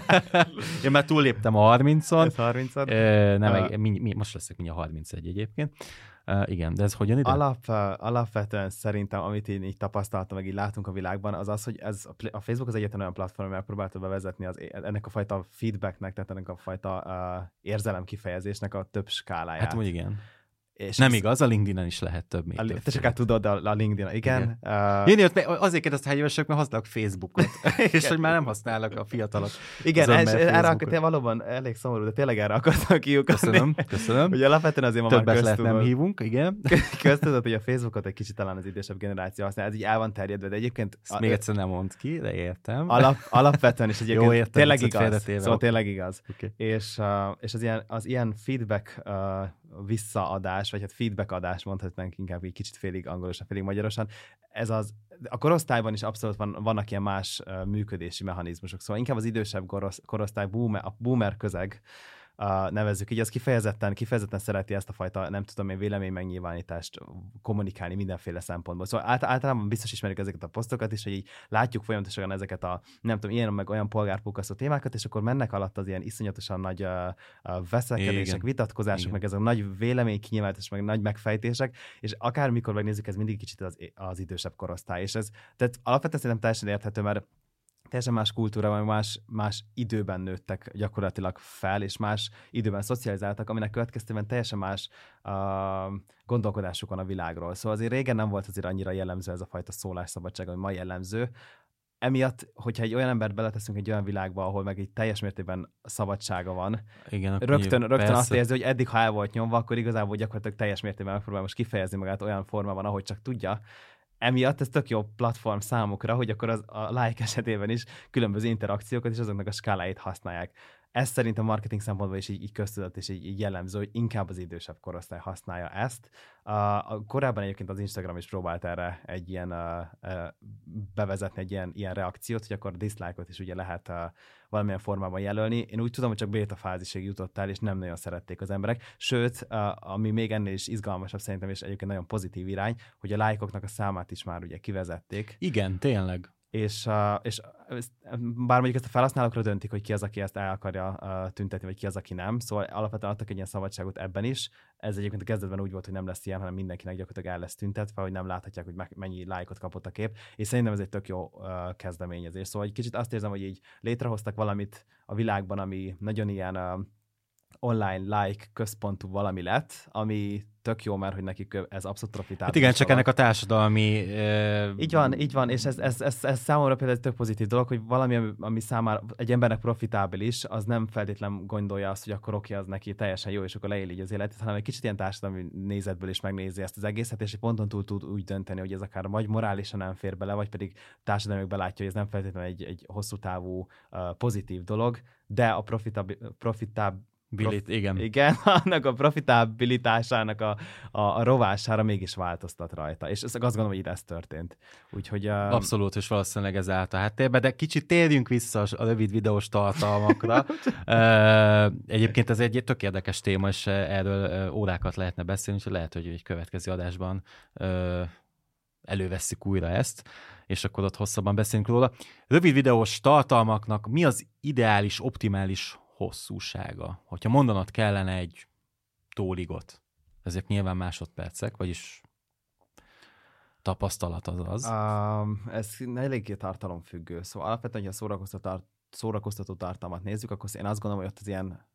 Én már túlléptem a harmincon. Ez harmincad? Uh, nem, uh, mi, mi, most leszek mindjárt harmincegy egyébként. Uh, igen, de ez hogy jön ide? Alap, uh, alapvetően szerintem, amit én így tapasztaltam, meg így látunk a világban, az az, hogy ez a Facebook az egyetlen olyan platform, amely próbálta bevezetni az, ennek a fajta feedbacknek, tehát ennek a fajta uh, érzelem kifejezésnek a több skáláját. Hát úgy igen. És nem igaz, a LinkedIn-en is lehet több, mint a, több. Te csak át tudod, a, a LinkedIn, igen. igen. Uh, Jönni ott, azért kérdezte, hány évesek, mert használok Facebookot, és hogy már nem használnak a fiatalok. Igen, és erre akar, valóban elég szomorú, de tényleg erre akartam kiukadni. Köszönöm, köszönöm. Hogy alapvetően azért ma többet már köztudod. nem hívunk, igen. Köztudod, hogy a Facebookot egy kicsit talán az idősebb generáció használ, ez így el van terjedve, de egyébként... Ezt a, még egyszer nem mondd ki, de értem. Alap, alapvetően is egyébként jó, értem, tényleg igaz. Szóval tényleg igaz. Okay. És, uh, és az, ilyen, az ilyen feedback uh, visszaadás, vagy hát feedback adás, mondhatnánk inkább így kicsit félig angolosan, félig magyarosan. Ez az, a korosztályban is abszolút van, vannak ilyen más uh, működési mechanizmusok, szóval inkább az idősebb korosz, korosztály, boomer, a boomer közeg, Uh, nevezzük így, az kifejezetten, kifejezetten szereti ezt a fajta, nem tudom én, vélemény megnyilvánítást kommunikálni mindenféle szempontból. Szóval át, általában biztos ismerjük ezeket a posztokat is, hogy így látjuk folyamatosan ezeket a, nem tudom, ilyen meg olyan polgárpukkasztó témákat, és akkor mennek alatt az ilyen iszonyatosan nagy uh, uh, veszekedések, igen. vitatkozások, igen. meg ez a nagy vélemény kinyilvánítás, meg nagy megfejtések, és akármikor megnézzük, ez mindig kicsit az, az idősebb korosztály. És ez, tehát alapvetően szerintem teljesen érthető, mert teljesen más kultúrában, más, más időben nőttek gyakorlatilag fel, és más időben szocializáltak, aminek következtében teljesen más uh, gondolkodásuk van a világról. Szóval azért régen nem volt azért annyira jellemző ez a fajta szólásszabadság, ami ma jellemző. Emiatt, hogyha egy olyan embert beleteszünk egy olyan világba, ahol meg egy teljes mértékben szabadsága van, igen, rögtön, rögtön azt érzi, hogy eddig, ha el volt nyomva, akkor igazából gyakorlatilag teljes mértékben megpróbál most kifejezni magát olyan formában, ahogy csak tudja. Emiatt ez tök jó platform számukra, hogy akkor az, a like esetében is különböző interakciókat és azoknak a skáláit használják. Ez szerintem marketing szempontból is így, így köztudott és így, így jellemző, hogy inkább az idősebb korosztály használja ezt. Uh, korábban egyébként az Instagram is próbált erre egy ilyen uh, uh, bevezetni egy ilyen, ilyen reakciót, hogy akkor a dislike-ot is ugye lehet uh, valamilyen formában jelölni. Én úgy tudom, hogy csak béta fázisig jutottál, és nem nagyon szerették az emberek. Sőt, uh, ami még ennél is izgalmasabb szerintem, és egyébként nagyon pozitív irány, hogy a lájkoknak a számát is már ugye kivezették. Igen, tényleg. És, uh, és bár mondjuk ezt a felhasználókra döntik, hogy ki az, aki ezt el akarja uh, tüntetni, vagy ki az, aki nem. Szóval alapvetően adtak egy ilyen szabadságot ebben is. Ez egyébként a kezdetben úgy volt, hogy nem lesz ilyen, hanem mindenkinek gyakorlatilag el lesz tüntetve, hogy nem láthatják, hogy mennyi lájkot kapott a kép. És szerintem ez egy tök jó uh, kezdeményezés. Szóval egy kicsit azt érzem, hogy így létrehoztak valamit a világban, ami nagyon ilyen uh, online like központú valami lett, ami tök jó, mert hogy nekik ez abszolút profitábilis. Hát igen, csak ennek a társadalmi... Uh... Így van, így van, és ez, ez, ez, ez számomra például egy tök pozitív dolog, hogy valami, ami, ami számára egy embernek profitábilis, az nem feltétlen gondolja azt, hogy akkor oké, az neki teljesen jó, és akkor leél így az életet, hanem egy kicsit ilyen társadalmi nézetből is megnézi ezt az egészet, és egy ponton túl tud úgy dönteni, hogy ez akár vagy morálisan nem fér bele, vagy pedig társadalmilag belátja, hogy ez nem feltétlenül egy, egy hosszú távú uh, pozitív dolog, de a profitab, profitab Bilit, prof... igen. Igen, annak a profitabilitásának a, a, a rovására mégis változtat rajta. És azt gondolom, hogy itt ez történt. Úgyhogy, uh... Abszolút, és valószínűleg ez állt a háttérbe, de kicsit térjünk vissza a rövid videós tartalmakra. uh, egyébként ez egy tök érdekes téma, és erről órákat lehetne beszélni, és lehet, hogy egy következő adásban uh, elővesszük újra ezt, és akkor ott hosszabban beszélünk róla. Rövid videós tartalmaknak mi az ideális, optimális hosszúsága? Hogyha mondanod kellene egy tóligot, ezek nyilván másodpercek, vagyis tapasztalat az az. Um, ez eléggé tartalomfüggő. Szóval alapvetően, hogyha szórakoztató, szórakoztató tartalmat nézzük, akkor én azt gondolom, hogy ott az ilyen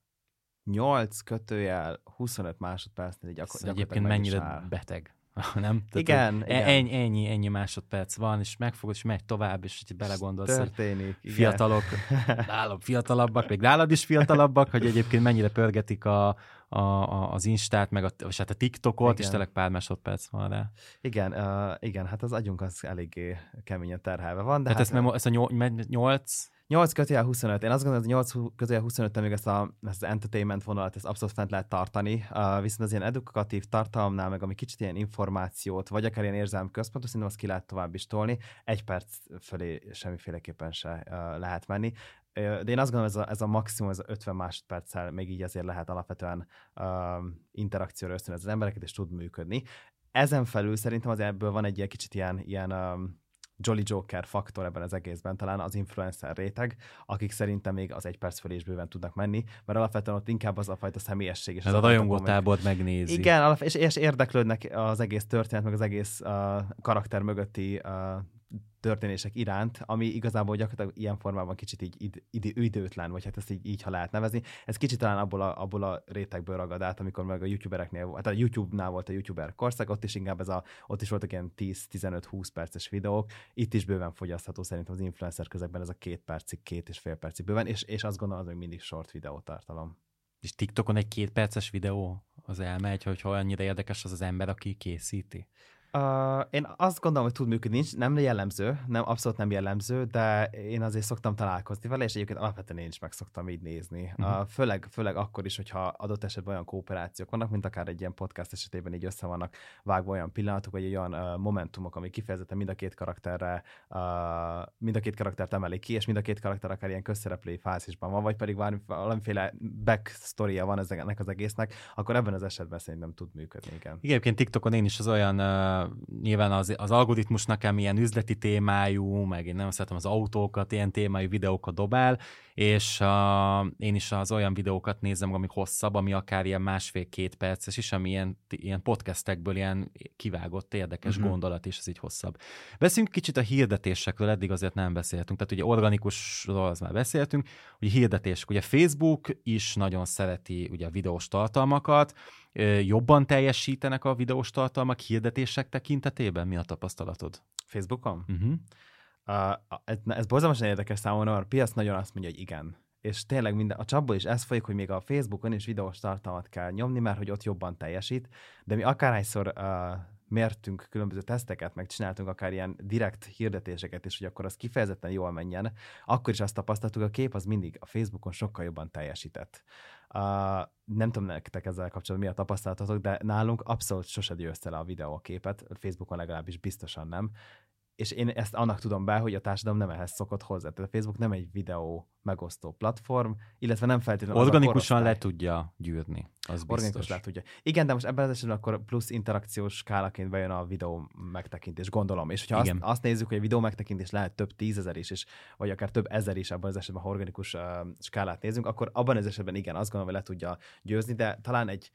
nyolc kötőjel huszonöt másodpercnél így akkor egyébként mennyire áll. Beteg. Nem? Tehát, igen, igen. Ennyi, ennyi, ennyi másodperc van, és megfogod, és megy tovább, és így belegondolsz, történik, hogy fiatalok, nálam fiatalabbak, még nálad is fiatalabbak, hogy egyébként mennyire pörgetik a, a, a, az Instát, meg a, vagy hát a TikTokot, igen. És tényleg pár másodperc van rá. Igen, uh, igen, hát az agyunk az eléggé keményen terhelve van. De Tehát hát, ezt, ezt a nyolc... nyolc kötőjel huszonöt. Én azt gondolom, hogy nyolc kötőjel huszonöt még ezt, a, ezt az entertainment vonalat, ezt abszolút fent lehet tartani. Uh, viszont az ilyen edukatív tartalomnál, meg ami kicsit ilyen információt, vagy akár ilyen érzelmi központot, szerintem azt ki lehet tovább is tolni. Egy perc fölé semmiféleképpen se uh, lehet menni. Uh, de én azt gondolom, ez a, ez a maximum, ez a ötven másodperccel még így azért lehet alapvetően uh, interakcióra ösztönözni az embereket, és tud működni. Ezen felül szerintem az ebből van egy ilyen kicsit ilyen, ilyen um, Jolly Joker faktor ebben az egészben, talán az influencer réteg, akik szerintem még az egy perc fölé is bőven tudnak menni, mert alapvetően ott inkább az a fajta személyesség. És ez a rajongótábor meg... megnézi. Igen, alap... és, és érdeklődnek az egész történet, meg az egész uh, karakter mögötti uh, történések iránt, ami igazából gyakorlatilag ilyen formában kicsit így id, id, időtlen, vagy hát ezt így, így, ha lehet nevezni. Ez kicsit talán abból a, abból a rétegből ragad át, amikor meg a youtubereknél, hát a YouTube-nál volt a youtuber korszak, ott is inkább ez a, ott is voltak ilyen tíz-tizenöt-húsz perces videók, itt is bőven fogyasztható szerintem az influencer közegben ez a két percig, két és fél percig bőven, és, és azt gondolom, az még mindig short videótartalom. És TikTokon egy két perces videó az elmegy, hogyha annyira érdekes az az ember, aki készíti? Uh, én azt gondolom, hogy tud működni, nincs, nem jellemző, nem, abszolút nem jellemző, de én azért szoktam találkozni vele, és egyébként alapvetően én is meg szoktam így nézni. Uh-huh. Uh, főleg, főleg akkor is, hogyha adott esetben olyan kooperációk vannak, mint akár egy ilyen podcast esetében így össze vannak vágva olyan pillanatok, vagy olyan uh, momentumok, ami kifejezetten mind a két karakterre, uh, mind a két karaktert emelik ki, és mind a két karakter akár ilyen közszereplői fázisban van, vagy pedig valamiféle backstory-ja van ennek az egésznek, akkor ebben az esetben szerintem tud működni, igen. Egyébként TikTokon én is az olyan uh... nyilván az, az algoritmus nekem ilyen üzleti témájú, meg én nem szeretem az autókat, ilyen témájú videókat dobál, és uh, én is az olyan videókat nézem, ami hosszabb, ami akár ilyen másfél-két perces is, ami ilyen, ilyen podcastekből ilyen kivágott, érdekes uh-huh. gondolat, és ez így hosszabb. Beszéljünk kicsit a hirdetésekről, eddig azért nem beszéltünk, tehát ugye organikusról az már beszéltünk, ugye hirdetések, ugye Facebook is nagyon szereti ugye a videós tartalmakat, jobban teljesítenek a videós tartalmak hirdetések tekintetében? Mi a tapasztalatod? Facebookon? Uh-huh. Uh, ez, ez borzalmasan érdekes számomra, mert a piac nagyon azt mondja, hogy igen. És tényleg minden, a csapból is ez folyik, hogy még a Facebookon is videós tartalmat kell nyomni, mert hogy ott jobban teljesít, de mi akárhányszor uh, mértünk különböző teszteket, meg csináltunk akár ilyen direkt hirdetéseket is, hogy akkor az kifejezetten jól menjen, akkor is azt tapasztaltuk, a kép az mindig a Facebookon sokkal jobban teljesített. Uh, nem tudom nektek ezzel kapcsolatban mi a tapasztalatotok, de nálunk abszolút sose győzte le a videó a képet, Facebookon legalábbis biztosan nem, és én ezt annak tudom be, hogy a társadalom nem ehhez szokott hozzá. Tehát a Facebook nem egy videó megosztó platform, illetve nem feltétlenül organikusan le tudja gyűrni, az Organikus le tudja. Igen, de most ebben az esetben akkor plusz interakciós skálaként bejön a videó megtekintés, gondolom. És hogyha azt, azt nézzük, hogy a videó megtekintés lehet több tízezer is, és, vagy akár több ezer is abban az esetben, ha organikus uh, skálát nézünk, akkor abban az esetben igen, azt gondolom, hogy le tudja győzni, de talán egy...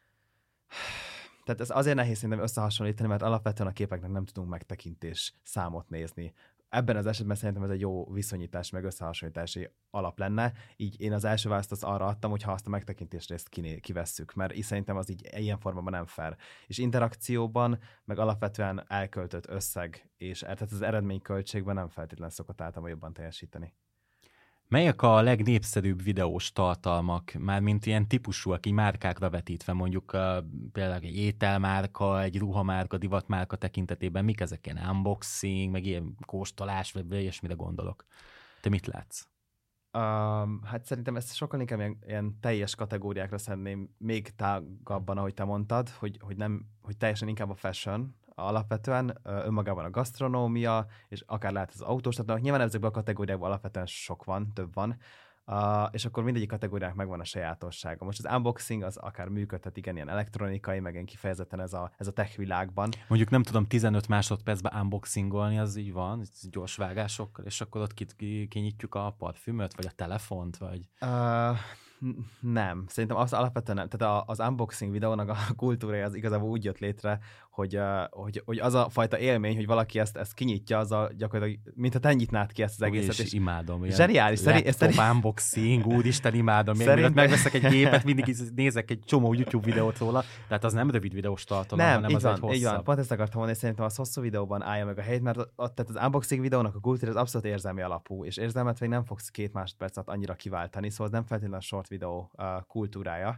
Tehát ez azért nehéz szerintem összehasonlítani, mert alapvetően a képeknek nem tudunk megtekintés számot nézni. Ebben az esetben szerintem ez egy jó viszonyítás, meg összehasonlítási alap lenne. Így én az első választ az arra adtam, hogy ha azt a megtekintés részt kiné, kivesszük, mert így szerintem az így ilyen formában nem fair. És interakcióban, meg alapvetően elköltött összeg, és tehát az eredményköltségben nem feltétlenül szokott általában jobban teljesíteni. Melyek a legnépszerűbb videós tartalmak, mármint ilyen típusúak, így márkákra vetítve, mondjuk uh, például egy ételmárka, egy ruhamárka, divatmárka tekintetében, mik ezek ilyen unboxing, meg ilyen kóstolás, vagy ilyesmire gondolok. Te mit látsz? Um, hát szerintem ezt sokkal inkább ilyen, ilyen teljes kategóriákra szedném még tágabban, ahogy te mondtad, hogy, hogy, nem, hogy teljesen inkább a fashion, alapvetően önmagában a gasztronómia, és akár lehet az autós, tehát nyilván ezekben a kategóriákban alapvetően sok van, több van, uh, és akkor mindegyik kategóriának megvan a sajátossága. Most az unboxing az akár működhet, igen, ilyen elektronikai, meg ilyen kifejezetten ez a, ez a tech világban. Mondjuk nem tudom, tizenöt másodpercben unboxingolni, az így van, gyors vágásokkal, és akkor ott kinyitjuk a parfümöt, vagy a telefont, vagy... Uh, nem, szerintem az alapvetően nem. Tehát az unboxing videónak a kultúrája az igazából úgy jött létre, hogy, hogy, hogy az a fajta élmény, hogy valaki ezt, ezt kinyitja, az a gyakorlatilag, mintha te nyitnád ki ezt az egészet. És, és imádom. Zseniális. Laptop szeri... unboxing, úristen, imádom. Még Szerint... megveszek egy gépet, mindig nézek egy csomó YouTube videót róla, tehát az nem rövid videós tartalom, nem, hanem az van, egy hosszabb. Így van, pont ezt akartam mondani, szerintem az hosszú videóban állja meg a helyét, mert ott, tehát az unboxing videónak a kultúra az abszolút érzelmi alapú, és érzelmet még nem fogsz két másodperc alatt annyira kiváltani, szóval nem feltétlenül a short videó uh, kultúrája.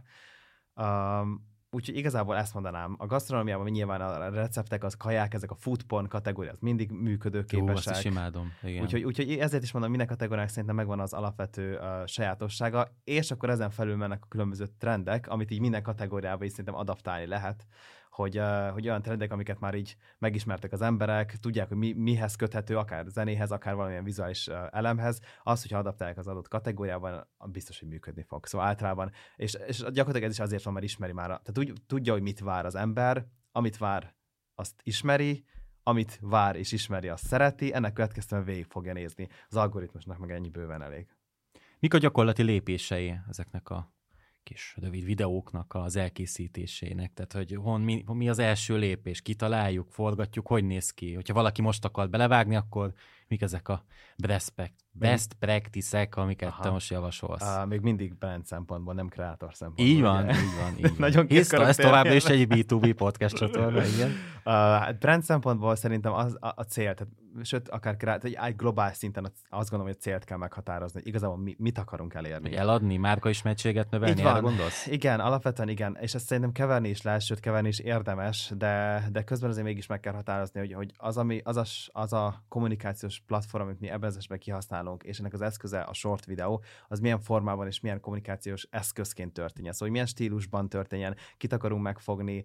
Um, Úgyhogy igazából ezt mondanám. A gasztronómiában nyilván a receptek, az kaják, ezek a food porn kategória, az mindig működőképesek. Jó, azt is imádom. Igen. Úgyhogy, úgyhogy ezért is mondom, minden kategóriának szerintem megvan az alapvető uh, sajátossága, és akkor ezen felül mennek a különböző trendek, amit így minden kategóriába is szerintem adaptálni lehet, hogy, uh, hogy olyan trendek, amiket már így megismertek az emberek, tudják, hogy mi, mihez köthető, akár zenéhez, akár valamilyen vizuális uh, elemhez, az, hogyha adaptálják az adott kategóriában, biztos, hogy működni fog. Szóval általában, és, és gyakorlatilag ez is azért van, mert ismeri már, tehát úgy, tudja, hogy mit vár az ember, amit vár, azt ismeri, amit vár és ismeri, azt szereti, ennek következtében végig fogja nézni. Az algoritmusnak meg ennyi bőven elég. Mik a gyakorlati lépései ezeknek a kis rövid videóknak az elkészítésének, tehát hogy hon, mi, mi az első lépés, kitaláljuk, forgatjuk, hogy néz ki. Hogyha valaki most akar belevágni, akkor mik ezek a best, best practice-ek, amiket Aha. te most javasolsz? Uh, még mindig brand szempontból, nem kreator szempontból. Így van, ugye? így van. Így van. Nagyon Hisz, ez továbbra is egy bé kettő bé podcast csatorna, igen. Uh, brand szempontból szerintem az, a, a cél, tehát, sőt, akár kreator, egy globális szinten azt gondolom, hogy a célt kell meghatározni, hogy igazából mi, mit akarunk elérni. Hogy eladni, márkaismertséget növelni, erre gondolsz? Igen, alapvetően igen, és ezt szerintem keverni is lehet, sőt, keverni is érdemes, de, de közben azért mégis meg kell határozni, hogy, hogy az, ami, az, a, az a kommunikációs platform, amit mi ebben az esetben kihasználunk, és ennek az eszköze a short videó, az milyen formában és milyen kommunikációs eszközként történjen. Szóval, hogy milyen stílusban történjen, kit akarunk megfogni,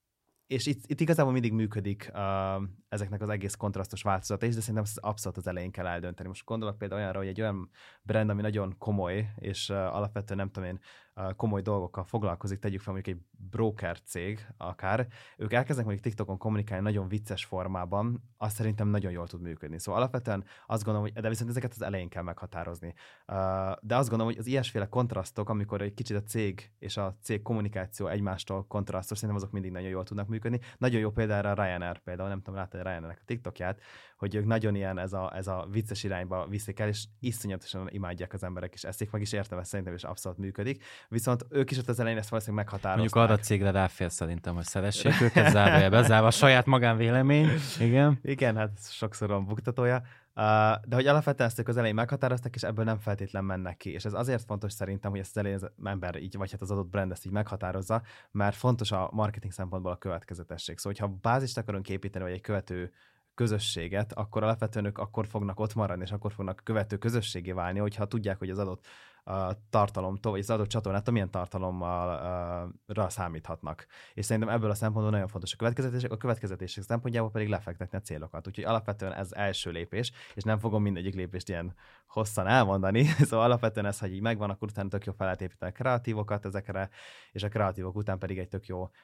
és itt, itt igazából mindig működik uh, ezeknek az egész kontrasztos változata is, de szerintem abszolút az elején kell eldönteni. Most gondolok például olyanra, hogy egy olyan brand, ami nagyon komoly, és uh, alapvetően nem tudom én, uh, komoly dolgokkal foglalkozik, tegyük fel mondjuk egy broker cég akár, ők elkezdenek mondjuk TikTokon kommunikálni nagyon vicces formában, azt szerintem nagyon jól tud működni. Szóval alapvetően azt gondolom, hogy de viszont ezeket az elején kell meghatározni. Uh, de azt gondolom, hogy az ilyesféle kontrasztok, amikor egy kicsit a cég és a cég kommunikáció egymástól kontrasztos, szerintem azok mindig nagyon jól tudnak működni. Nagyon jó például a Ryanair például, nem tudom, láttad a Ryanairnek a TikTokját, hogy ők nagyon ilyen ez a, ez a vicces irányba viszik el, és iszonyatosan imádják az emberek, és eszik meg, is értem, ez szerintem is abszolút működik. Viszont ők is ott az elején ezt valószínűleg meghatározták. Mondjuk arra cégre ráfér szerintem, hogy szeressék őket, zárójelbe bezárva a saját magánvélemény. Igen. Igen, hát sokszor van buktatója. Uh, de hogy alapvetően ezt ők az elején meghatározták, és ebből nem feltétlen mennek ki. És ez azért fontos szerintem, hogy ezt az elején az ember így, vagy hát az adott brand ezt így meghatározza, mert fontos a marketing szempontból a következetesség. Szóval, hogyha bázist akarunk építeni, vagy egy követő közösséget, akkor alapvetően ők akkor fognak ott maradni, és akkor fognak követő közösségé válni, hogyha tudják, hogy az adott uh, tartalomtól, vagy az adott csatornától milyen tartalommal uh, rá számíthatnak. És szerintem ebből a szempontból nagyon fontos a következetesség, a következetesség szempontjából pedig lefektetni a célokat. Úgyhogy alapvetően ez első lépés, és nem fogom mindegyik lépést ilyen hosszan elmondani. Szóval alapvetően ez, hogy így megvan, akkor utána tök jó fel lehet építeni a kreatívokat ezekre, és a kreatívok után pedig egy tök jó uh,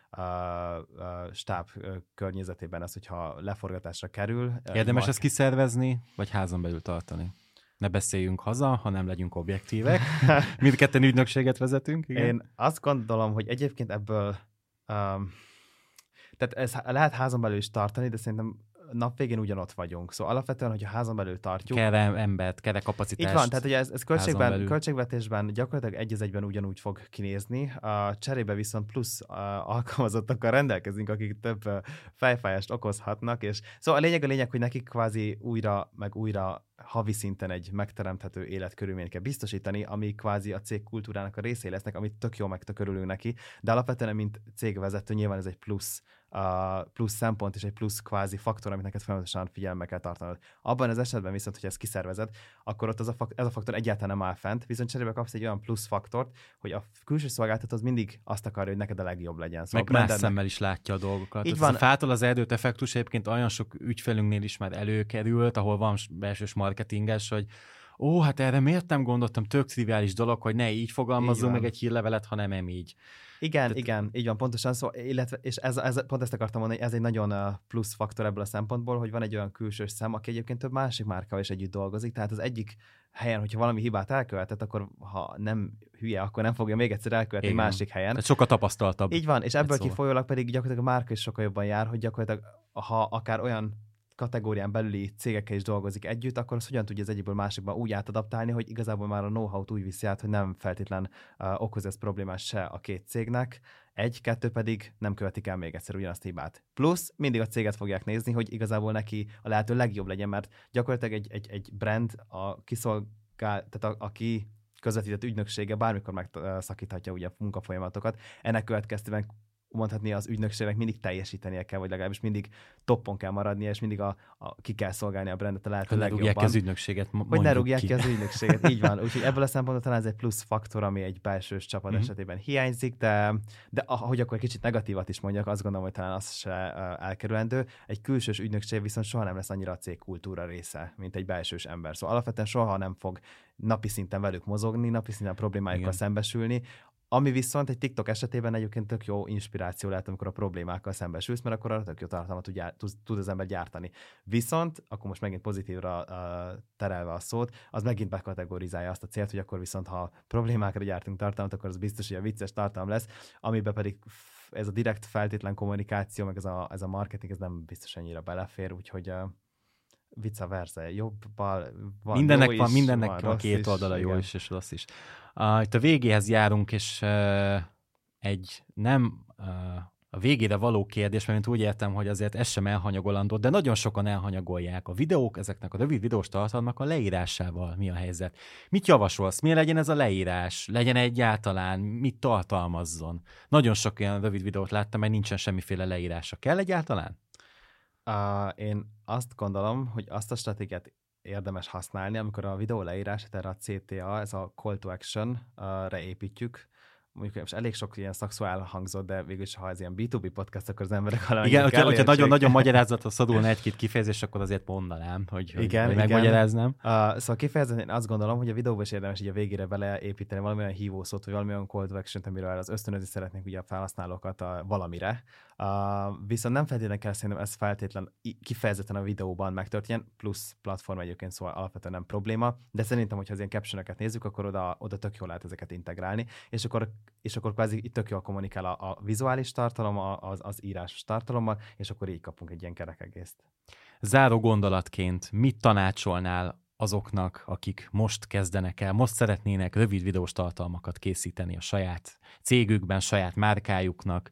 uh, stáb uh, környezetében ez, hogyha leforgatásra kerül. Érdemes ezt kiszervezni, vagy házon belül tartani? Ne beszéljünk haza, hanem legyünk objektívek. Mindketten ügynökséget vezetünk. Igen? Én azt gondolom, hogy egyébként ebből um, tehát ez lehet házon belül is tartani, de szerintem nap végén ugyanott vagyunk. Szóval alapvetően, hogyha házon belül tartjuk... Kell embert, kell kapacitást. Itt van, tehát ugye ez, ez költségben, költségvetésben gyakorlatilag egy az egyben ugyanúgy fog kinézni. A cserébe viszont plusz alkalmazottakkal rendelkezünk, akik több fejfájást okozhatnak. És... Szóval a lényeg a lényeg, hogy nekik kvázi újra, meg újra havi szinten egy megteremthető életkörülményt kell biztosítani, ami kvázi a cég kultúrának a részé lesznek, amit tök jó, meg tök örülünk neki, de alapvetően, mint cégvezető, nyilván ez egy plusz plusz szempont és egy plusz kvázi faktor, amit neked folyamatosan figyelme kell tartanod. Abban az esetben viszont, hogy ezt kiszervezed, akkor ott az a fak- ez a faktor egyáltalán nem áll fent, viszont cserébe kapsz egy olyan plusz faktort, hogy a külső szolgáltató az mindig azt akarja, hogy neked a legjobb legyen. Szóval meg más szemmel is látja a dolgokat. Így van. A fától az erdőt effektus egyébként olyan sok ügyfelünknél is már előkerült, ahol van belsős marketinges, hogy ó, hát erre miért nem gondoltam, tök triviális dolog, hogy ne így fogalmazzunk meg egy hírlevelet, hanem nem így. Igen, Tehát... igen, így van, pontosan szó, illetve, és ez, ez, pont ezt akartam mondani, hogy ez egy nagyon plusz faktor ebből a szempontból, hogy van egy olyan külsős szem, aki egyébként több másik márkával is együtt dolgozik, tehát az egyik helyen, hogyha valami hibát elkövetett, akkor ha nem hülye, akkor nem fogja még egyszer elkövetni egy másik helyen. Tehát sokkal tapasztaltabb. Így van, és ebből kifolyólag pedig gyakorlatilag a márka is sokkal jobban jár, hogy gyakorlatilag ha akár olyan kategórián belüli cégekkel is dolgozik együtt, akkor az hogyan tudja az egyikből másikban úgy átadaptálni, hogy igazából már a know-how-t úgy viszi át, hogy nem feltétlen uh, okoz ez problémás se a két cégnek, egy, kettő pedig nem követik el még egyszer ugyanazt a hibát. Plusz mindig a céget fogják nézni, hogy igazából neki a lehető legjobb legyen, mert gyakorlatilag egy, egy, egy brand a kiszolgál, tehát a, aki közvetített ügynöksége bármikor megszakíthatja ugye a munkafolyamatokat. Ennek következtében mondhatni az ügynökségnek mindig teljesítenie kell, vagy legalábbis mindig toppon kell maradnia, és mindig a, a, ki kell szolgálni a brandet a lehető legjobban. Hogy ne rúgják ki az ügynökséget, Hogy ne rúgják ki. ki az ügynökséget, így van. Úgyhogy ebből a szempontból talán ez egy plusz faktor, ami egy belsős csapat mm-hmm. esetében hiányzik, de, de ahogy akkor kicsit negatívat is mondjak, azt gondolom, hogy talán az se elkerülendő. Egy külsős ügynökség viszont soha nem lesz annyira a cég kultúra része, mint egy belsős ember. Szóval alapvetően soha nem fog napi szinten velük mozogni, napi szinten problémáikkal szembesülni. Ami viszont egy TikTok esetében egyébként tök jó inspiráció lehet, amikor a problémákkal szembesülsz, mert akkor arra tök jó tartalmat tud, gyár, tud az ember gyártani. Viszont, akkor most megint pozitívra uh, terelve a szót, az megint bekategorizálja azt a célt, hogy akkor viszont, ha problémákra gyártunk tartalmat, akkor az biztos, hogy a vicces tartalom lesz, amiben pedig ez a direkt feltétlen kommunikáció, meg ez a, ez a marketing, ez nem biztos annyira belefér, úgyhogy uh, vice versa, jobb, bal, van mindennek jó van, is, mindennek van, van két oldala, jó igen. is és rossz is. Uh, itt a végéhez járunk, és uh, egy nem uh, a végére való kérdés, mert úgy értem, hogy azért ez sem elhanyagolandó, de nagyon sokan elhanyagolják a videók, ezeknek a rövid videós tartalmak a leírásával. Mi a helyzet? Mit javasolsz? Milyen legyen ez a leírás? Legyen egyáltalán? Mit tartalmazzon? Nagyon sok ilyen rövid videót láttam, mert nincsen semmiféle leírása. Kell egyáltalán? Uh, én azt gondolom, hogy azt a stratégiát érdemes használni, amikor a videó leírását erre a cé té á, ez a call to action-re építjük. Mondjuk most elég sok ilyen szakszó elhangzott, de végülis, ha ez ilyen bé kettő bé podcast, akkor az emberek valamennyire igen, hogyha, hogyha nagyon-nagyon magyarázatra szorulna egy-két kifejezés, akkor azért mondanám, hogy, igen, hogy, hogy megmagyaráznám. Uh, szóval kifejezetten én azt gondolom, hogy a videóban is érdemes így a végére beleépíteni valamilyen hívószót, vagy valamilyen call to action-t, amiről az ösztönözni szeretnénk ugye a felhasználókat a valamire. Uh, viszont nem feltétlenül kell szerintem ez feltétlen kifejezetten a videóban megtörténjen, plusz platform egyébként, szóval alapvetően nem probléma, de szerintem, hogyha az ilyen caption-öket nézzük, akkor oda, oda tök jól lehet ezeket integrálni, és akkor és akkor kvázi itt tök jól kommunikál a, a vizuális tartalom az, az írásos tartalommal, és akkor így kapunk egy ilyen kerek egészt. Záró gondolatként mit tanácsolnál azoknak, akik most kezdenek el, most szeretnének rövid videós tartalmakat készíteni a saját cégükben, saját márkájuknak?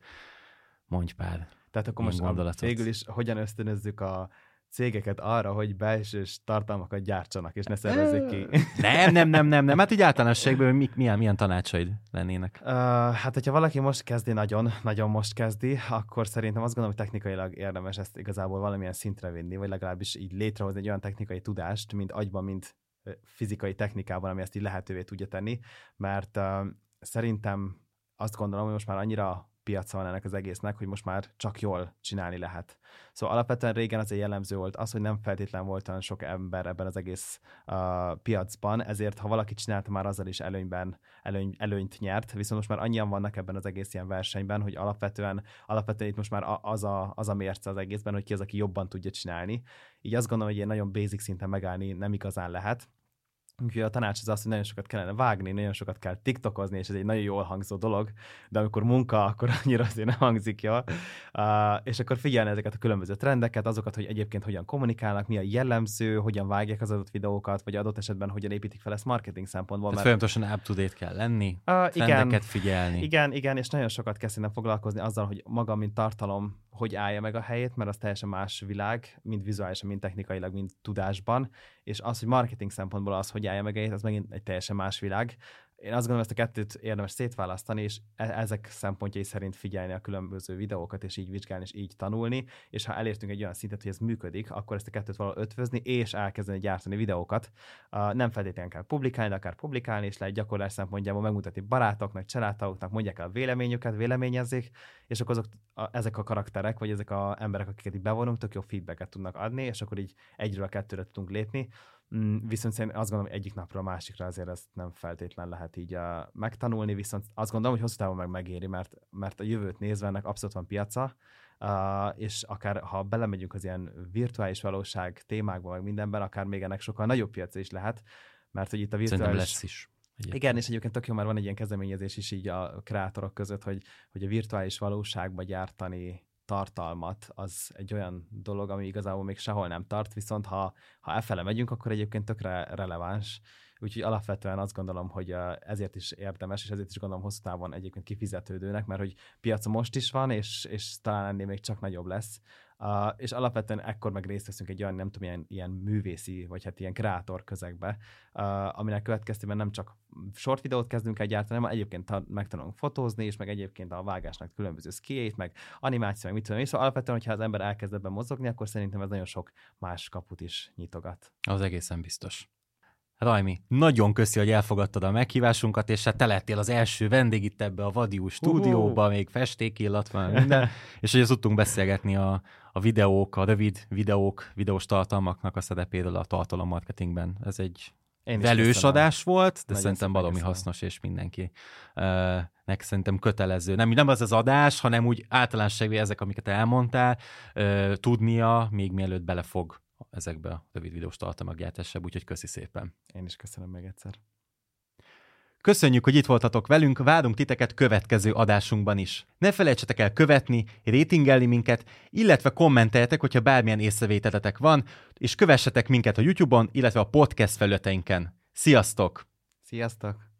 Mondj pár Tehát akkor most a, végül is hogyan ösztönözzük a cégeket arra, hogy belsős tartalmakat gyártsanak, és ne szervezzék ki. Nem, nem, nem, nem, nem. Hát így általánosságban mi, milyen, milyen tanácsaid lennének? Uh, hát, hogyha valaki most kezdi nagyon, nagyon most kezdi, akkor szerintem azt gondolom, hogy technikailag érdemes ezt igazából valamilyen szintre vinni, vagy legalábbis így létrehozni egy olyan technikai tudást, mint agyban, mint fizikai technikában, ami ezt így lehetővé tudja tenni, mert uh, szerintem azt gondolom, hogy most már annyira piaca van ennek az egésznek, hogy most már csak jól csinálni lehet. Szóval alapvetően régen azért jellemző volt az, hogy nem feltétlen volt olyan sok ember ebben az egész uh, piacban, ezért ha valaki csinálta, már azzal is előnyben, előny, előnyt nyert, viszont most már annyian vannak ebben az egész ilyen versenyben, hogy alapvetően, alapvetően itt most már az a, az a mérce az egészben, hogy ki az, aki jobban tudja csinálni. Így azt gondolom, hogy ilyen nagyon basic szinten megállni nem igazán lehet. Úgyhogy a tanács az az, hogy nagyon sokat kellene vágni, nagyon sokat kell tiktokozni, és ez egy nagyon jól hangzó dolog, de amikor munka, akkor annyira azért nem hangzik jól. Uh, és akkor figyelni ezeket a különböző trendeket, azokat, hogy egyébként hogyan kommunikálnak, mi a jellemző, hogyan vágják az adott videókat, vagy adott esetben hogyan építik fel ezt marketing szempontból. Tehát mert... folyamatosan up-to-date kell lenni, uh, trendeket igen, figyelni. Igen, igen, és nagyon sokat kell szerintem foglalkozni azzal, hogy maga, mint tartalom, hogy állja meg a helyét, mert az teljesen más világ, mind vizuálisan, mind technikailag, mind tudásban, és az, hogy marketing szempontból az, hogy állja meg a helyét, az megint egy teljesen más világ, én azt gondolom, ezt a kettőt érdemes szétválasztani, és ezek szempontjai szerint figyelni a különböző videókat, és így vizsgálni, és így tanulni, és ha elértünk egy olyan szintet, hogy ez működik, akkor ezt a kettőt valahol ötvözni, és elkezdeni gyártani videókat. Uh, nem feltétlenül kell publikálni, de akár publikálni, és lehet gyakorlás szempontjából megmutatni barátoknak, családtagoknak, mondják el a véleményüket, véleményezzék, és akkor azok, a, ezek a karakterek, vagy ezek az emberek, akiket így bevonunk, tök jó feedbacket tudnak adni, és akkor így egyről a kettőre tudunk lépni. Viszont én azt gondolom, hogy egyik napról a másikra azért ezt nem feltétlen lehet így uh, megtanulni, viszont azt gondolom, hogy hosszú távon meg megéri, mert, mert a jövőt nézve ennek abszolút van piaca, uh, és akár ha belemegyünk az ilyen virtuális valóság témákba, meg mindenben, akár még ennek sokkal nagyobb piaca is lehet, mert hogy itt a virtuális... Szerintem lesz is. Egyébként. Igen, és egyébként tök jó, mert van egy ilyen kezdeményezés is így a kreátorok között, hogy, hogy a virtuális valóságba gyártani tartalmat, az egy olyan dolog, ami igazából még sehol nem tart, viszont ha, ha efele megyünk, akkor egyébként tökre releváns. Úgyhogy alapvetően azt gondolom, hogy ezért is érdemes, és ezért is gondolom hosszú távon egyébként kifizetődőnek, mert hogy piaca most is van, és, és talán ennél még csak nagyobb lesz. Uh, és alapvetően ekkor meg részt veszünk egy olyan, nem tudom, ilyen, ilyen művészi, vagy hát ilyen kreátor közegbe, uh, aminek következtében nem csak short videót kezdünk el gyártani, hanem egyébként megtanulunk fotózni, és meg egyébként a vágásnak különböző skilljét, meg animáció, meg mit tudom én. Szóval alapvetően, hogyha az ember elkezd ebben mozogni, akkor szerintem ez nagyon sok más kaput is nyitogat. Az egészen biztos. Rajmi, nagyon köszi, hogy elfogadtad a meghívásunkat, és hát te lettél az első vendég itt ebbe a Vadiú stúdióba, uh-huh. még festékillat van minden, és hogy tudtunk beszélgetni a, a videók, a rövid videók, videós tartalmaknak a szerepéről a tartalommarketingben. Ez egy velős adás volt, de nagyon szerintem valami hasznos, és mindenki uh, nek szerintem kötelező. Nem, nem az az adás, hanem úgy általánosságban ezek, amiket elmondtál, uh, tudnia, még mielőtt belefog ezekbe a rövid videós tartalmak gyártásába, úgyhogy köszi szépen. Én is köszönöm még egyszer. Köszönjük, hogy itt voltatok velünk, várunk titeket következő adásunkban is. Ne felejtsetek el követni, rétingelni minket, illetve kommenteljetek, hogyha bármilyen észrevételetek van, és kövessetek minket a YouTube-on, illetve a podcast felületeinken. Sziasztok! Sziasztok!